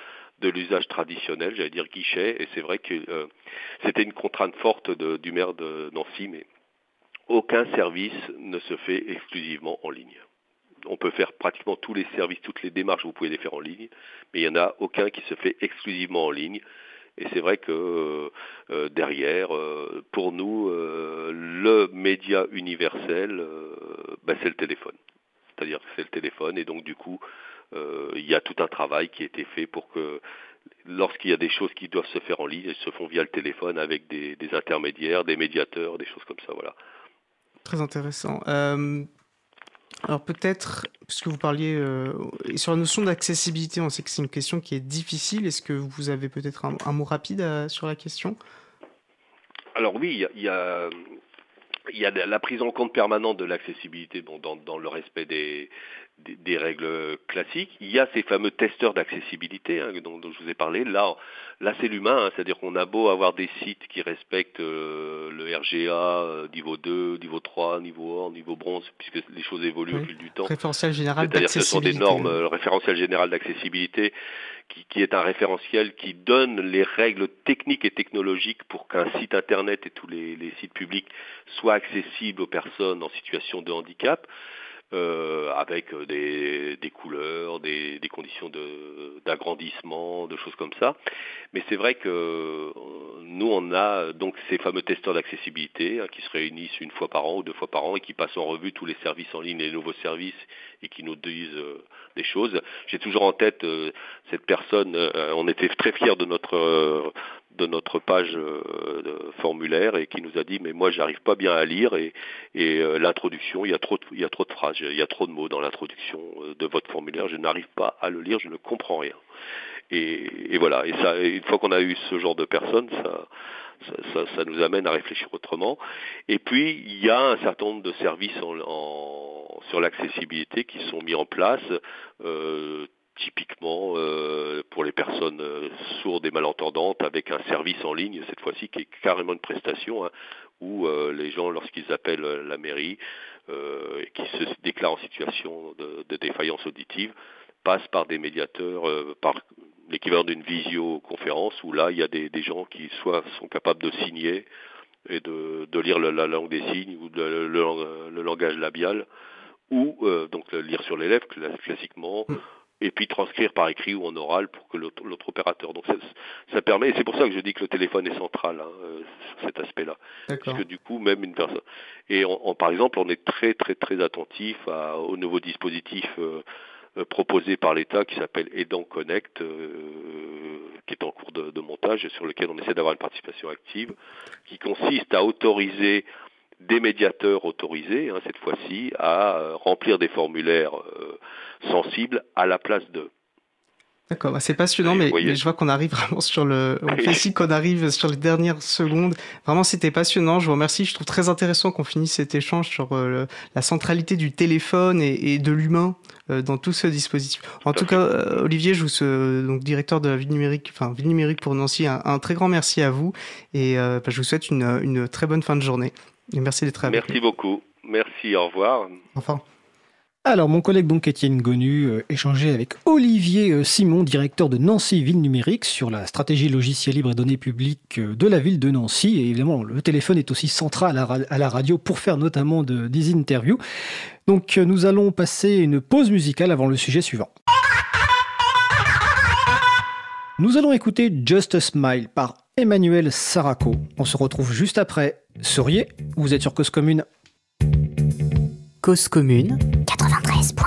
de l'usage traditionnel, j'allais dire guichet, et c'est vrai que c'était une contrainte forte du maire de Nancy, mais aucun service ne se fait exclusivement en ligne. On peut faire pratiquement tous les services, toutes les démarches, vous pouvez les faire en ligne, mais il n'y en a aucun qui se fait exclusivement en ligne. Et c'est vrai que derrière, pour nous, le média universel, c'est le téléphone. C'est-à-dire que c'est le téléphone, et donc du coup, il y a tout un travail qui a été fait pour que lorsqu'il y a des choses qui doivent se faire en ligne, elles se font via le téléphone avec des intermédiaires, des médiateurs, des choses comme ça, voilà. Très intéressant. Alors peut-être, puisque vous parliez sur la notion d'accessibilité, on sait que c'est une question qui est difficile. Est-ce que vous avez peut-être un mot rapide sur la question ? Alors oui, il y a la prise en compte permanente de l'accessibilité, dans le respect des règles classiques. Il y a ces fameux testeurs d'accessibilité dont je vous ai parlé. Là c'est l'humain, c'est-à-dire qu'on a beau avoir des sites qui respectent le RGA niveau 2, niveau 3, niveau or, niveau bronze, puisque les choses évoluent au fil du temps. Référentiel général C'est-à-dire que ce sont des normes, le référentiel général d'accessibilité, qui est un référentiel qui donne les règles techniques et technologiques pour qu'un site internet et tous les sites publics soient accessibles aux personnes en situation de handicap. Avec des couleurs, des conditions d'agrandissement, de choses comme ça. Mais c'est vrai que nous, on a donc ces fameux testeurs d'accessibilité qui se réunissent une fois par an ou 2 fois par an et qui passent en revue tous les services en ligne, les nouveaux services, et qui nous disent des choses. J'ai toujours en tête cette personne, on était très fiers de notre page de formulaire, et qui nous a dit mais moi j'arrive pas bien à lire, et l'introduction, il y a trop de phrases, il y a trop de mots dans l'introduction de votre formulaire, je n'arrive pas à le lire, je ne comprends rien. Et voilà, et ça, une fois qu'on a eu ce genre de personnes, ça nous amène à réfléchir autrement. Et puis il y a un certain nombre de services sur l'accessibilité qui sont mis en place, typiquement pour les personnes sourdes et malentendantes, avec un service en ligne cette fois-ci qui est carrément une prestation, où les gens, lorsqu'ils appellent la mairie et qui se déclarent en situation de défaillance auditive, passent par des médiateurs, par l'équivalent d'une visioconférence, où là il y a des gens qui soit sont capables de signer et de lire la langue des signes ou le langage labial, ou donc lire sur les lèvres classiquement, et puis transcrire par écrit ou en oral pour que l'autre opérateur. Donc ça permet, et c'est pour ça que je dis que le téléphone est central sur cet aspect-là. D'accord. Parce que du coup, même une personne... Et par exemple, on est très très très attentif au nouveau dispositif proposé par l'État qui s'appelle Aidant Connect, qui est en cours de montage, et sur lequel on essaie d'avoir une participation active, qui consiste à autoriser des médiateurs autorisés, cette fois-ci, à remplir des formulaires sensibles à la place d'eux. D'accord, c'est passionnant, mais je vois qu'on arrive vraiment on fait ici qu'on arrive sur les dernières secondes. Vraiment, c'était passionnant. Je vous remercie. Je trouve très intéressant qu'on finisse cet échange sur la centralité du téléphone et de l'humain dans tout ce dispositif. En tout cas, Olivier, donc directeur de la Ville Numérique pour Nancy, un très grand merci à vous, et je vous souhaite une très bonne fin de journée. Et merci d'être avec nous. Merci beaucoup. Merci, au revoir. Enfin. Alors, mon collègue donc Étienne Gonu échangeait avec Olivier Simon, directeur de Nancy Ville Numérique, sur la stratégie logiciel libre et données publiques de la ville de Nancy. Et évidemment, le téléphone est aussi central à la radio pour faire notamment des interviews. Donc, nous allons passer une pause musicale avant le sujet suivant. Nous allons écouter Just a Smile par Emmanuel Saraco. On se retrouve juste après. Souriez, vous êtes sur Cause Commune. Cause Commune 93.1.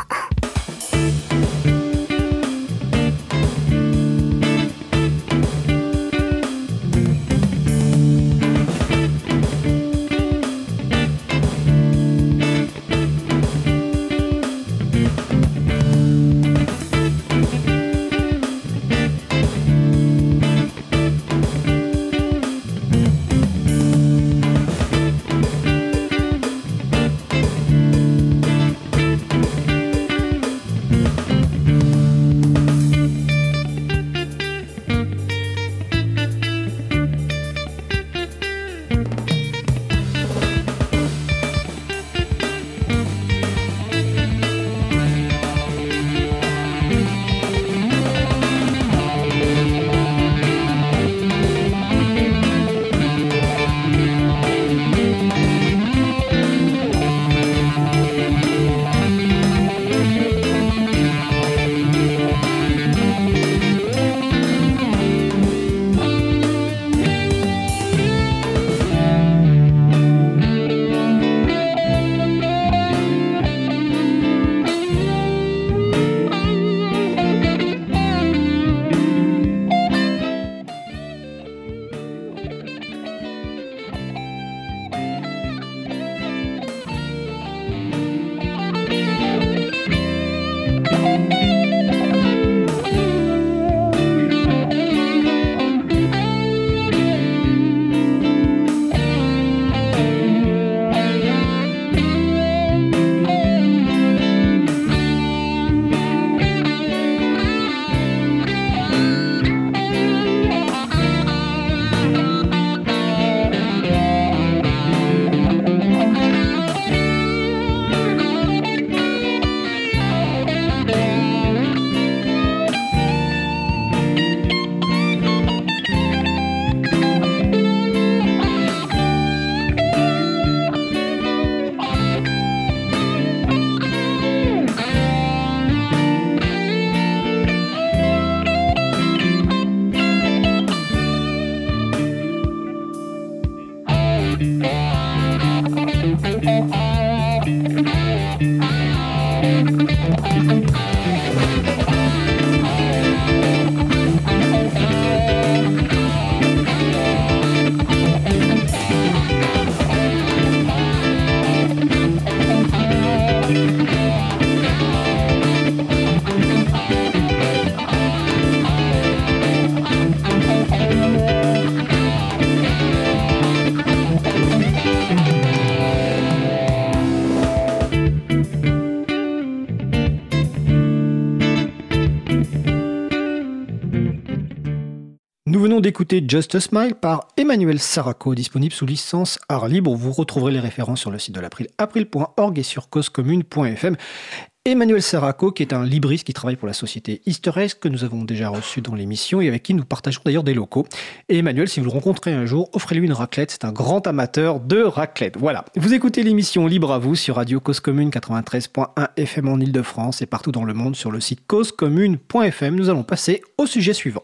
Nous venons d'écouter Just a Smile par Emmanuel Saraco, disponible sous licence art libre. Vous retrouverez les références sur le site de l'April, april.org et sur causecommune.fm. Emmanuel Saraco, qui est un libriste qui travaille pour la société Easter Eggs, que nous avons déjà reçu dans l'émission et avec qui nous partageons d'ailleurs des locaux. Et Emmanuel, si vous le rencontrez un jour, offrez-lui une raclette. C'est un grand amateur de raclette. Voilà. Vous écoutez l'émission Libre à vous sur Radio Cause Commune 93.1 FM en Ile-de-France et partout dans le monde sur le site causecommune.fm. Nous allons passer au sujet suivant.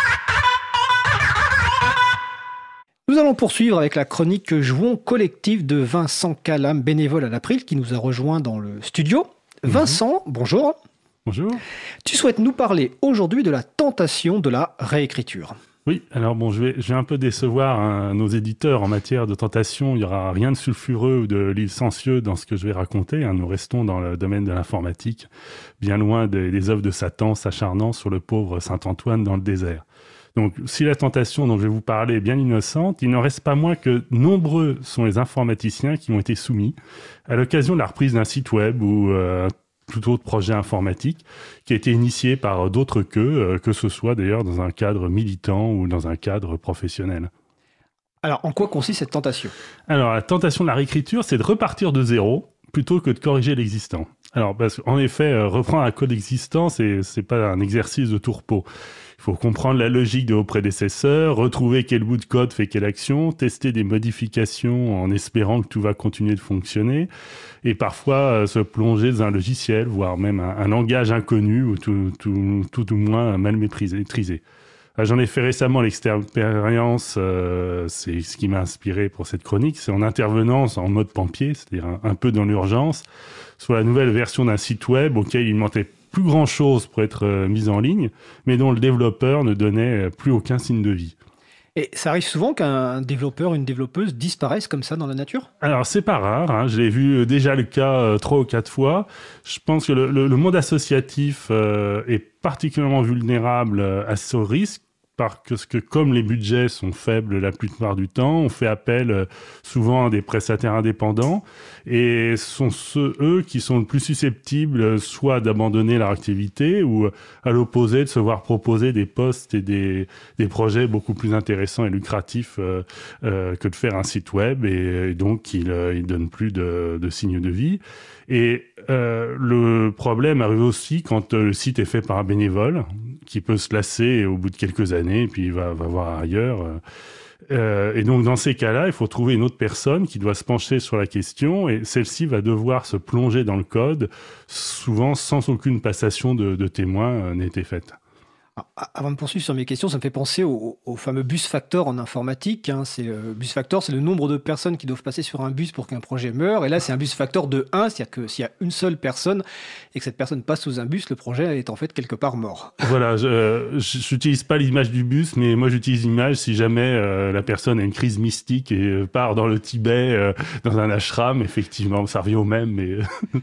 Nous allons poursuivre avec la chronique Jouons collectif de Vincent Calam, bénévole à l'April, qui nous a rejoint dans le studio. Vincent, bonjour. Bonjour. Tu souhaites nous parler aujourd'hui de la tentation de la réécriture. Oui, alors bon, je vais un peu décevoir nos éditeurs en matière de tentation. Il n'y aura rien de sulfureux ou de licencieux dans ce que je vais raconter. Nous restons dans le domaine de l'informatique, bien loin des œuvres de Satan s'acharnant sur le pauvre Saint-Antoine dans le désert. Donc, si la tentation dont je vais vous parler est bien innocente, il n'en reste pas moins que nombreux sont les informaticiens qui ont été soumis à l'occasion de la reprise d'un site web ou tout autre projet informatique qui a été initié par d'autres que ce soit d'ailleurs dans un cadre militant ou dans un cadre professionnel. Alors, en quoi consiste cette tentation ? Alors, la tentation de la réécriture, c'est de repartir de zéro plutôt que de corriger l'existant. Alors, parce qu'en effet, reprendre un code existant, c'est pas un exercice de tourpeau. Il faut comprendre la logique de vos prédécesseurs, retrouver quel bout de code fait quelle action, tester des modifications en espérant que tout va continuer de fonctionner, et parfois se plonger dans un logiciel, voire même un langage inconnu ou tout au moins mal maîtrisé. J'en ai fait récemment l'expérience, c'est ce qui m'a inspiré pour cette chronique, c'est en intervenant en mode pompier, c'est-à-dire un peu dans l'urgence, sur la nouvelle version d'un site web auquel il manquait plus grand-chose pour être mis en ligne, mais dont le développeur ne donnait plus aucun signe de vie. Et ça arrive souvent qu'un développeur, une développeuse disparaissent comme ça dans la nature ? Alors, c'est pas rare, je l'ai vu déjà le cas 3 ou 4 fois. Je pense que le monde associatif est particulièrement vulnérable à ce risque, parce que comme les budgets sont faibles la plupart du temps, on fait appel souvent à des prestataires indépendants et ce sont eux qui sont le plus susceptibles soit d'abandonner leur activité ou à l'opposé de se voir proposer des postes et des projets beaucoup plus intéressants et lucratifs que de faire un site web et donc ils donnent plus de signes de vie. Et le problème arrive aussi quand le site est fait par un bénévole qui peut se lasser au bout de quelques années et puis il va voir ailleurs. Et donc dans ces cas-là, il faut trouver une autre personne qui doit se pencher sur la question et celle-ci va devoir se plonger dans le code, souvent sans aucune passation de témoin n'ait été faite. Avant de poursuivre sur mes questions, ça me fait penser au fameux bus factor en informatique. Bus factor, c'est le nombre de personnes qui doivent passer sur un bus pour qu'un projet meure. Et là, c'est un bus factor de 1, c'est-à-dire que s'il y a une seule personne et que cette personne passe sous un bus, le projet est en fait quelque part mort. Voilà, je n'utilise pas l'image du bus, mais moi j'utilise l'image si jamais la personne a une crise mystique et part dans le Tibet, dans un ashram, effectivement, ça revient au même. Mais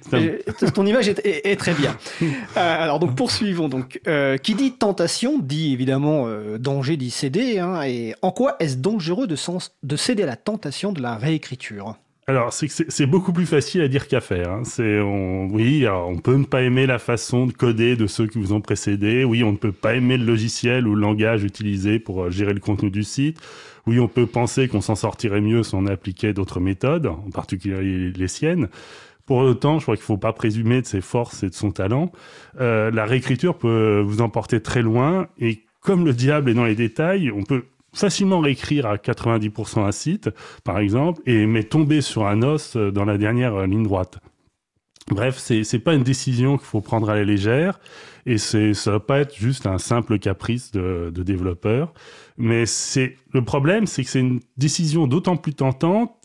ton image est très bien. Alors donc poursuivons. Donc, qui dit tentation dit évidemment danger d'y céder. Et en quoi est-ce dangereux de céder à la tentation de la réécriture ? Alors, c'est beaucoup plus facile à dire qu'à faire. Oui, alors, on peut ne pas aimer la façon de coder de ceux qui vous ont précédé. Oui, on ne peut pas aimer le logiciel ou le langage utilisé pour gérer le contenu du site. Oui, on peut penser qu'on s'en sortirait mieux si on appliquait d'autres méthodes, en particulier les siennes. Pour autant, je crois qu'il ne faut pas présumer de ses forces et de son talent. La réécriture peut vous emporter très loin et comme le diable est dans les détails, on peut facilement réécrire à 90% un site, par exemple, mais tomber sur un os dans la dernière ligne droite. Bref, c'est pas une décision qu'il faut prendre à la légère et ça va pas être juste un simple caprice de développeur. Mais le problème, c'est que c'est une décision d'autant plus tentante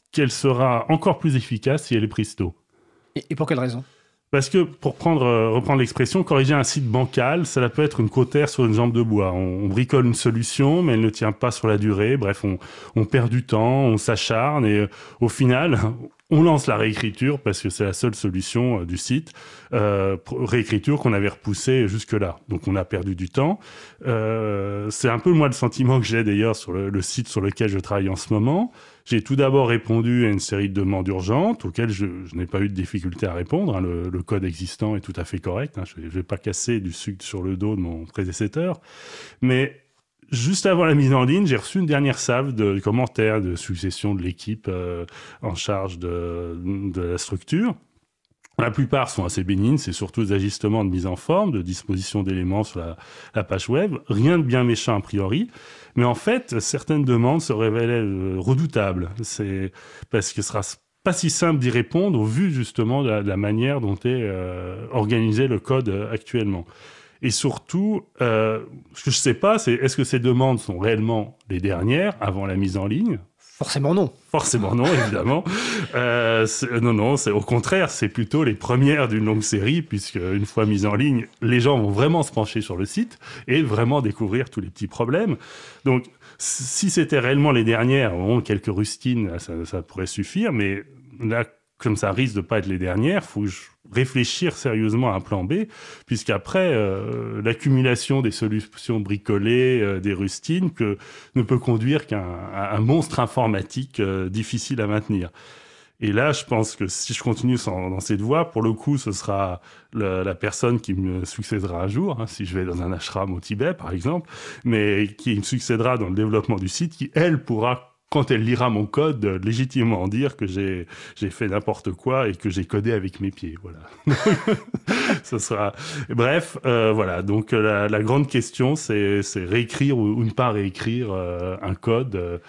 qu'elle sera encore plus efficace si elle est prise tôt. Et pour quelle raison ? Parce que, pour reprendre l'expression, corriger un site bancal, cela peut être une cautère sur une jambe de bois. On bricole une solution, mais elle ne tient pas sur la durée. Bref, on perd du temps, on s'acharne, et au final, on lance la réécriture, parce que c'est la seule solution du site. Réécriture qu'on avait repoussée jusque-là. Donc, on a perdu du temps. C'est un peu, moi, le sentiment que j'ai, d'ailleurs, sur le site sur lequel je travaille en ce moment. J'ai tout d'abord répondu à une série de demandes urgentes auxquelles je n'ai pas eu de difficulté à répondre. Hein. Le code existant est tout à fait correct. Hein. Je ne vais pas casser du sucre sur le dos de mon prédécesseur. Mais juste avant la mise en ligne, j'ai reçu une dernière salve de commentaires de succession de l'équipe en charge de la structure. La plupart sont assez bénignes, c'est surtout des ajustements de mise en forme, de disposition d'éléments sur la page web. Rien de bien méchant a priori. Mais en fait, certaines demandes se révélaient redoutables. C'est parce que ce sera pas si simple d'y répondre au vu justement de la manière dont est organisé le code actuellement. Et surtout, ce que je sais pas, c'est est-ce que ces demandes sont réellement les dernières avant la mise en ligne ? Forcément non. Forcément non, évidemment. Non, c'est au contraire, c'est plutôt les premières d'une longue série, puisque une fois mise en ligne, les gens vont vraiment se pencher sur le site et vraiment découvrir tous les petits problèmes. Donc, si c'était réellement les dernières, quelques rustines, ça pourrait suffire, mais là, comme ça risque de pas être les dernières, faut réfléchir sérieusement à un plan B, puisqu'après, l'accumulation des solutions bricolées, des rustines, ne peut conduire qu'à un monstre informatique difficile à maintenir. Et là, je pense que si je continue dans cette voie, pour le coup, ce sera la personne qui me succédera un jour, hein, si je vais dans un ashram au Tibet, par exemple, mais qui me succédera dans le développement du site, qui, elle, pourra, quand elle lira mon code, légitimement dire que j'ai fait n'importe quoi et que j'ai codé avec mes pieds. Voilà. Ce sera... Bref, voilà. Donc, la grande question, c'est réécrire ou ne pas réécrire un code.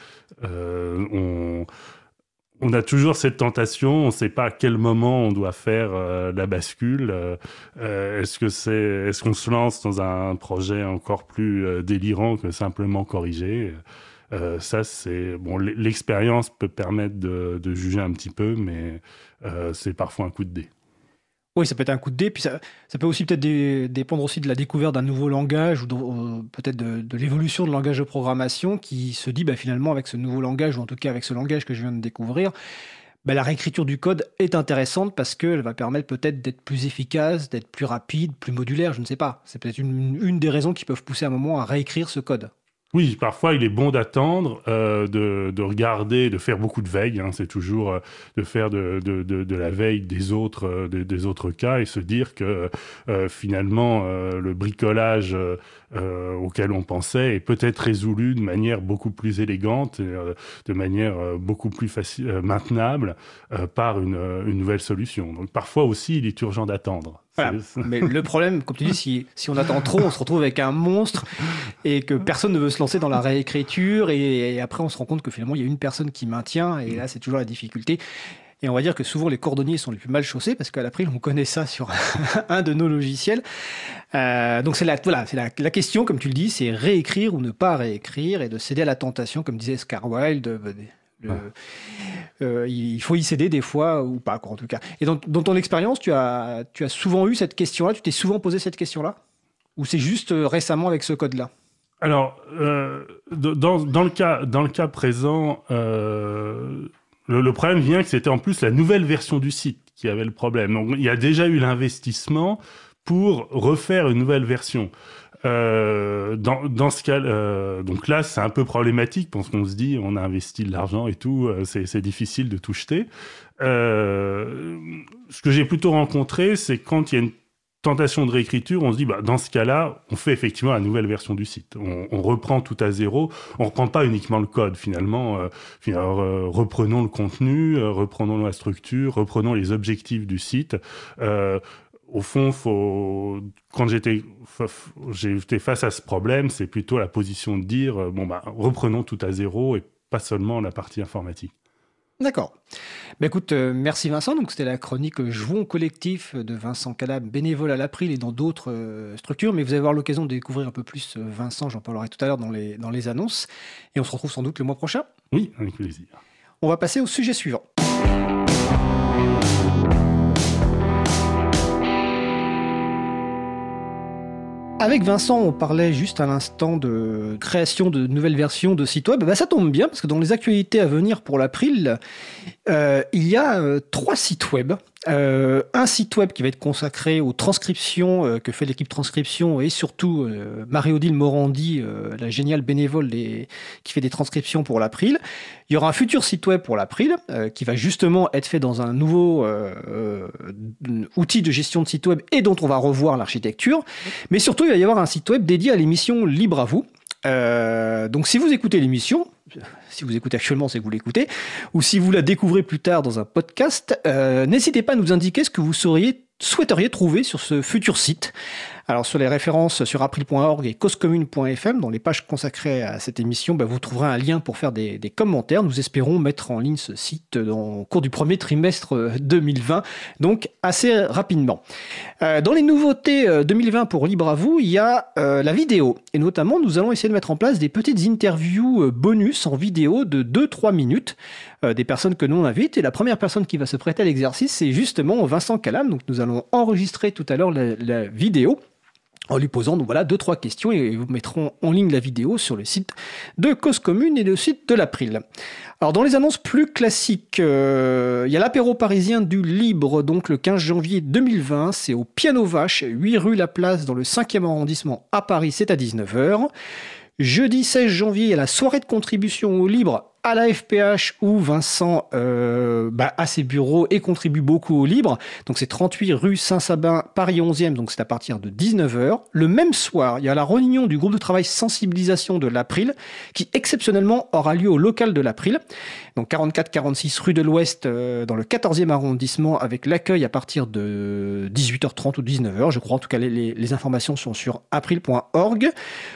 On a toujours cette tentation, on ne sait pas à quel moment on doit faire la bascule. Est-ce qu'on se lance dans un projet encore plus délirant que simplement corriger ? Ça, c'est bon. L'expérience peut permettre de juger un petit peu, mais c'est parfois un coup de dé. Oui, ça peut être un coup de dé, puis ça peut aussi peut-être dépendre aussi de la découverte d'un nouveau langage ou peut-être de l'évolution de langage de programmation qui se dit finalement avec ce nouveau langage, ou en tout cas avec ce langage que je viens de découvrir, la réécriture du code est intéressante parce qu'elle va permettre peut-être d'être plus efficace, d'être plus rapide, plus modulaire, je ne sais pas. C'est peut-être une des raisons qui peuvent pousser à un moment à réécrire ce code. Oui, parfois il est bon d'attendre, de regarder, de faire beaucoup de veille. Hein, c'est toujours de faire de la veille des autres cas et se dire que finalement le bricolage auquel on pensait est peut-être résolu de manière beaucoup plus élégante, de manière beaucoup plus facile, maintenable par une nouvelle solution. Donc parfois aussi il est urgent d'attendre. Voilà. Mais le problème, comme tu dis, si on attend trop, on se retrouve avec un monstre et que personne ne veut se lancer dans la réécriture et après on se rend compte que finalement il y a une personne qui maintient et là c'est toujours la difficulté. Et on va dire que souvent les cordonniers sont les plus mal chaussés parce qu'à l'April on connaît ça sur un de nos logiciels. Donc c'est la question, comme tu le dis, c'est réécrire ou ne pas réécrire et de céder à la tentation, comme disait Oscar Wilde. Il faut y céder des fois ou pas, quoi, en tout cas. Et dans ton expérience, tu as souvent eu cette question-là, tu t'es souvent posé cette question-là ? Ou c'est juste récemment avec ce code-là ? Alors, dans le cas présent, le problème vient que c'était en plus la nouvelle version du site qui avait le problème. Donc, il y a déjà eu l'investissement pour refaire une nouvelle version. Dans ce cas, donc là, c'est un peu problématique parce qu'on se dit, on a investi de l'argent et tout, c'est difficile de tout jeter. Ce que j'ai plutôt rencontré, c'est quand il y a une tentation de réécriture, on se dit, dans ce cas-là, on fait effectivement la nouvelle version du site. On reprend tout à zéro. On reprend pas uniquement le code, finalement. Reprenons le contenu, reprenons la structure, reprenons les objectifs du site. Au fond, quand j'étais face à ce problème, c'est plutôt la position de dire reprenons tout à zéro et pas seulement la partie informatique. D'accord. Écoute, merci Vincent. Donc c'était la chronique Jouons collectif de Vincent Calab, bénévole à l'April et dans d'autres structures. Mais vous allez avoir l'occasion de découvrir un peu plus Vincent. J'en parlerai tout à l'heure dans les annonces. Et on se retrouve sans doute le mois prochain. Oui, avec plaisir. On va passer au sujet suivant. Avec Vincent, on parlait juste à l'instant de création de nouvelles versions de sites web. Ça tombe bien, parce que dans les actualités à venir pour l'April, il y a 3 sites web. Un site web qui va être consacré aux transcriptions que fait l'équipe transcription et surtout Marie-Odile Morandi, la géniale bénévole qui fait des transcriptions pour l'April. Il y aura un futur site web pour l'April qui va justement être fait dans un nouveau outil de gestion de site web et dont on va revoir l'architecture. Mais surtout, il va y avoir un site web dédié à l'émission Libre à vous. Donc si vous écoutez l'émission, si vous écoutez actuellement, c'est que vous l'écoutez, ou si vous la découvrez plus tard dans un podcast, n'hésitez pas à nous indiquer ce que vous souhaiteriez trouver sur ce futur site. Alors sur les références sur april.org et causecommune.fm, dans les pages consacrées à cette émission, vous trouverez un lien pour faire des commentaires. Nous espérons mettre en ligne ce site au cours du premier trimestre 2020, donc assez rapidement. Dans les nouveautés 2020 pour Libre à vous, il y a la vidéo. Et notamment, nous allons essayer de mettre en place des petites interviews bonus en vidéo de 2-3 minutes des personnes que nous on invite. Et la première personne qui va se prêter à l'exercice, c'est justement Vincent Calam. Donc nous allons enregistrer tout à l'heure la vidéo en lui posant 2-3 questions et vous mettrons en ligne la vidéo sur le site de Cause Commune et le site de l'April. Alors dans les annonces plus classiques, il y a l'apéro parisien du Libre, donc le 15 janvier 2020, c'est au Piano Vache, 8 rue La Place dans le 5e arrondissement à Paris, c'est à 19h. Jeudi 16 janvier, il y a la soirée de contribution au Libre à la FPH où Vincent a ses bureaux et contribue beaucoup au Libre. Donc c'est 38 rue Saint-Sabin, Paris 11e, donc c'est à partir de 19h. Le même soir, il y a la réunion du groupe de travail sensibilisation de l'April qui exceptionnellement aura lieu au local de l'April. Donc 44-46 rue de l'Ouest dans le 14e arrondissement avec l'accueil à partir de 18h30 ou 19h. Je crois en tout cas les informations sont sur april.org.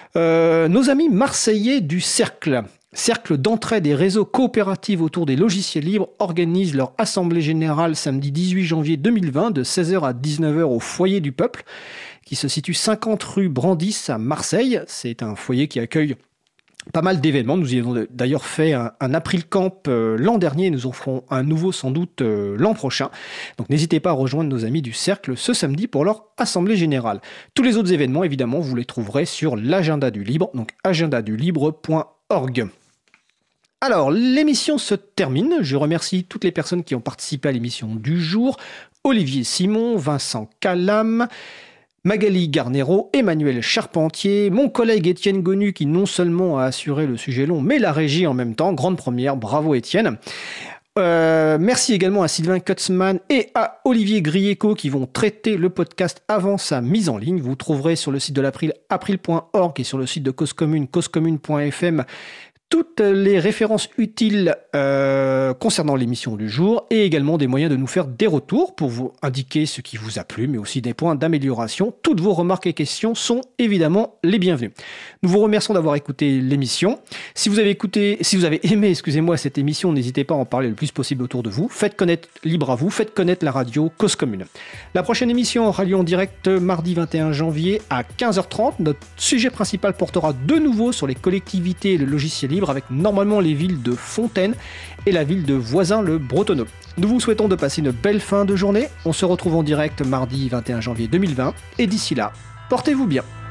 Nos amis marseillais du Cercle d'entraide des réseaux coopératifs autour des logiciels libres organisent leur assemblée générale samedi 18 janvier 2020 de 16h à 19h au foyer du peuple qui se situe 50 rue Brandis à Marseille. C'est un foyer qui accueille pas mal d'événements. Nous y avons d'ailleurs fait un April Camp l'an dernier et nous en ferons un nouveau sans doute l'an prochain. Donc n'hésitez pas à rejoindre nos amis du Cercle ce samedi pour leur assemblée générale. Tous les autres événements, évidemment, vous les trouverez sur l'agenda du Libre, donc agendadulibre.org. Alors, l'émission se termine. Je remercie toutes les personnes qui ont participé à l'émission du jour. Olivier Simon, Vincent Calam, Magali Garnero, Emmanuel Charpentier, mon collègue Étienne Gonu qui non seulement a assuré le sujet long, mais la régie en même temps. Grande première, bravo Étienne. Merci également à Sylvain Kutzmann et à Olivier Grieco qui vont traiter le podcast avant sa mise en ligne. Vous trouverez sur le site de l'April, april.org et sur le site de Cause Commune, causecommune.fm, toutes les références utiles concernant l'émission du jour et également des moyens de nous faire des retours pour vous indiquer ce qui vous a plu, mais aussi des points d'amélioration. Toutes vos remarques et questions sont évidemment les bienvenues. Nous vous remercions d'avoir écouté l'émission. Si vous avez aimé, cette émission, n'hésitez pas à en parler le plus possible autour de vous. Faites connaître Libre à vous, faites connaître la radio Cause Commune. La prochaine émission aura lieu en direct mardi 21 janvier à 15h30. Notre sujet principal portera de nouveau sur les collectivités et le logiciel libre avec normalement les villes de Fontaine et la ville de Voisin-le-Bretonneux. Nous vous souhaitons de passer une belle fin de journée. On se retrouve en direct mardi 21 janvier 2020 et d'ici là, portez-vous bien.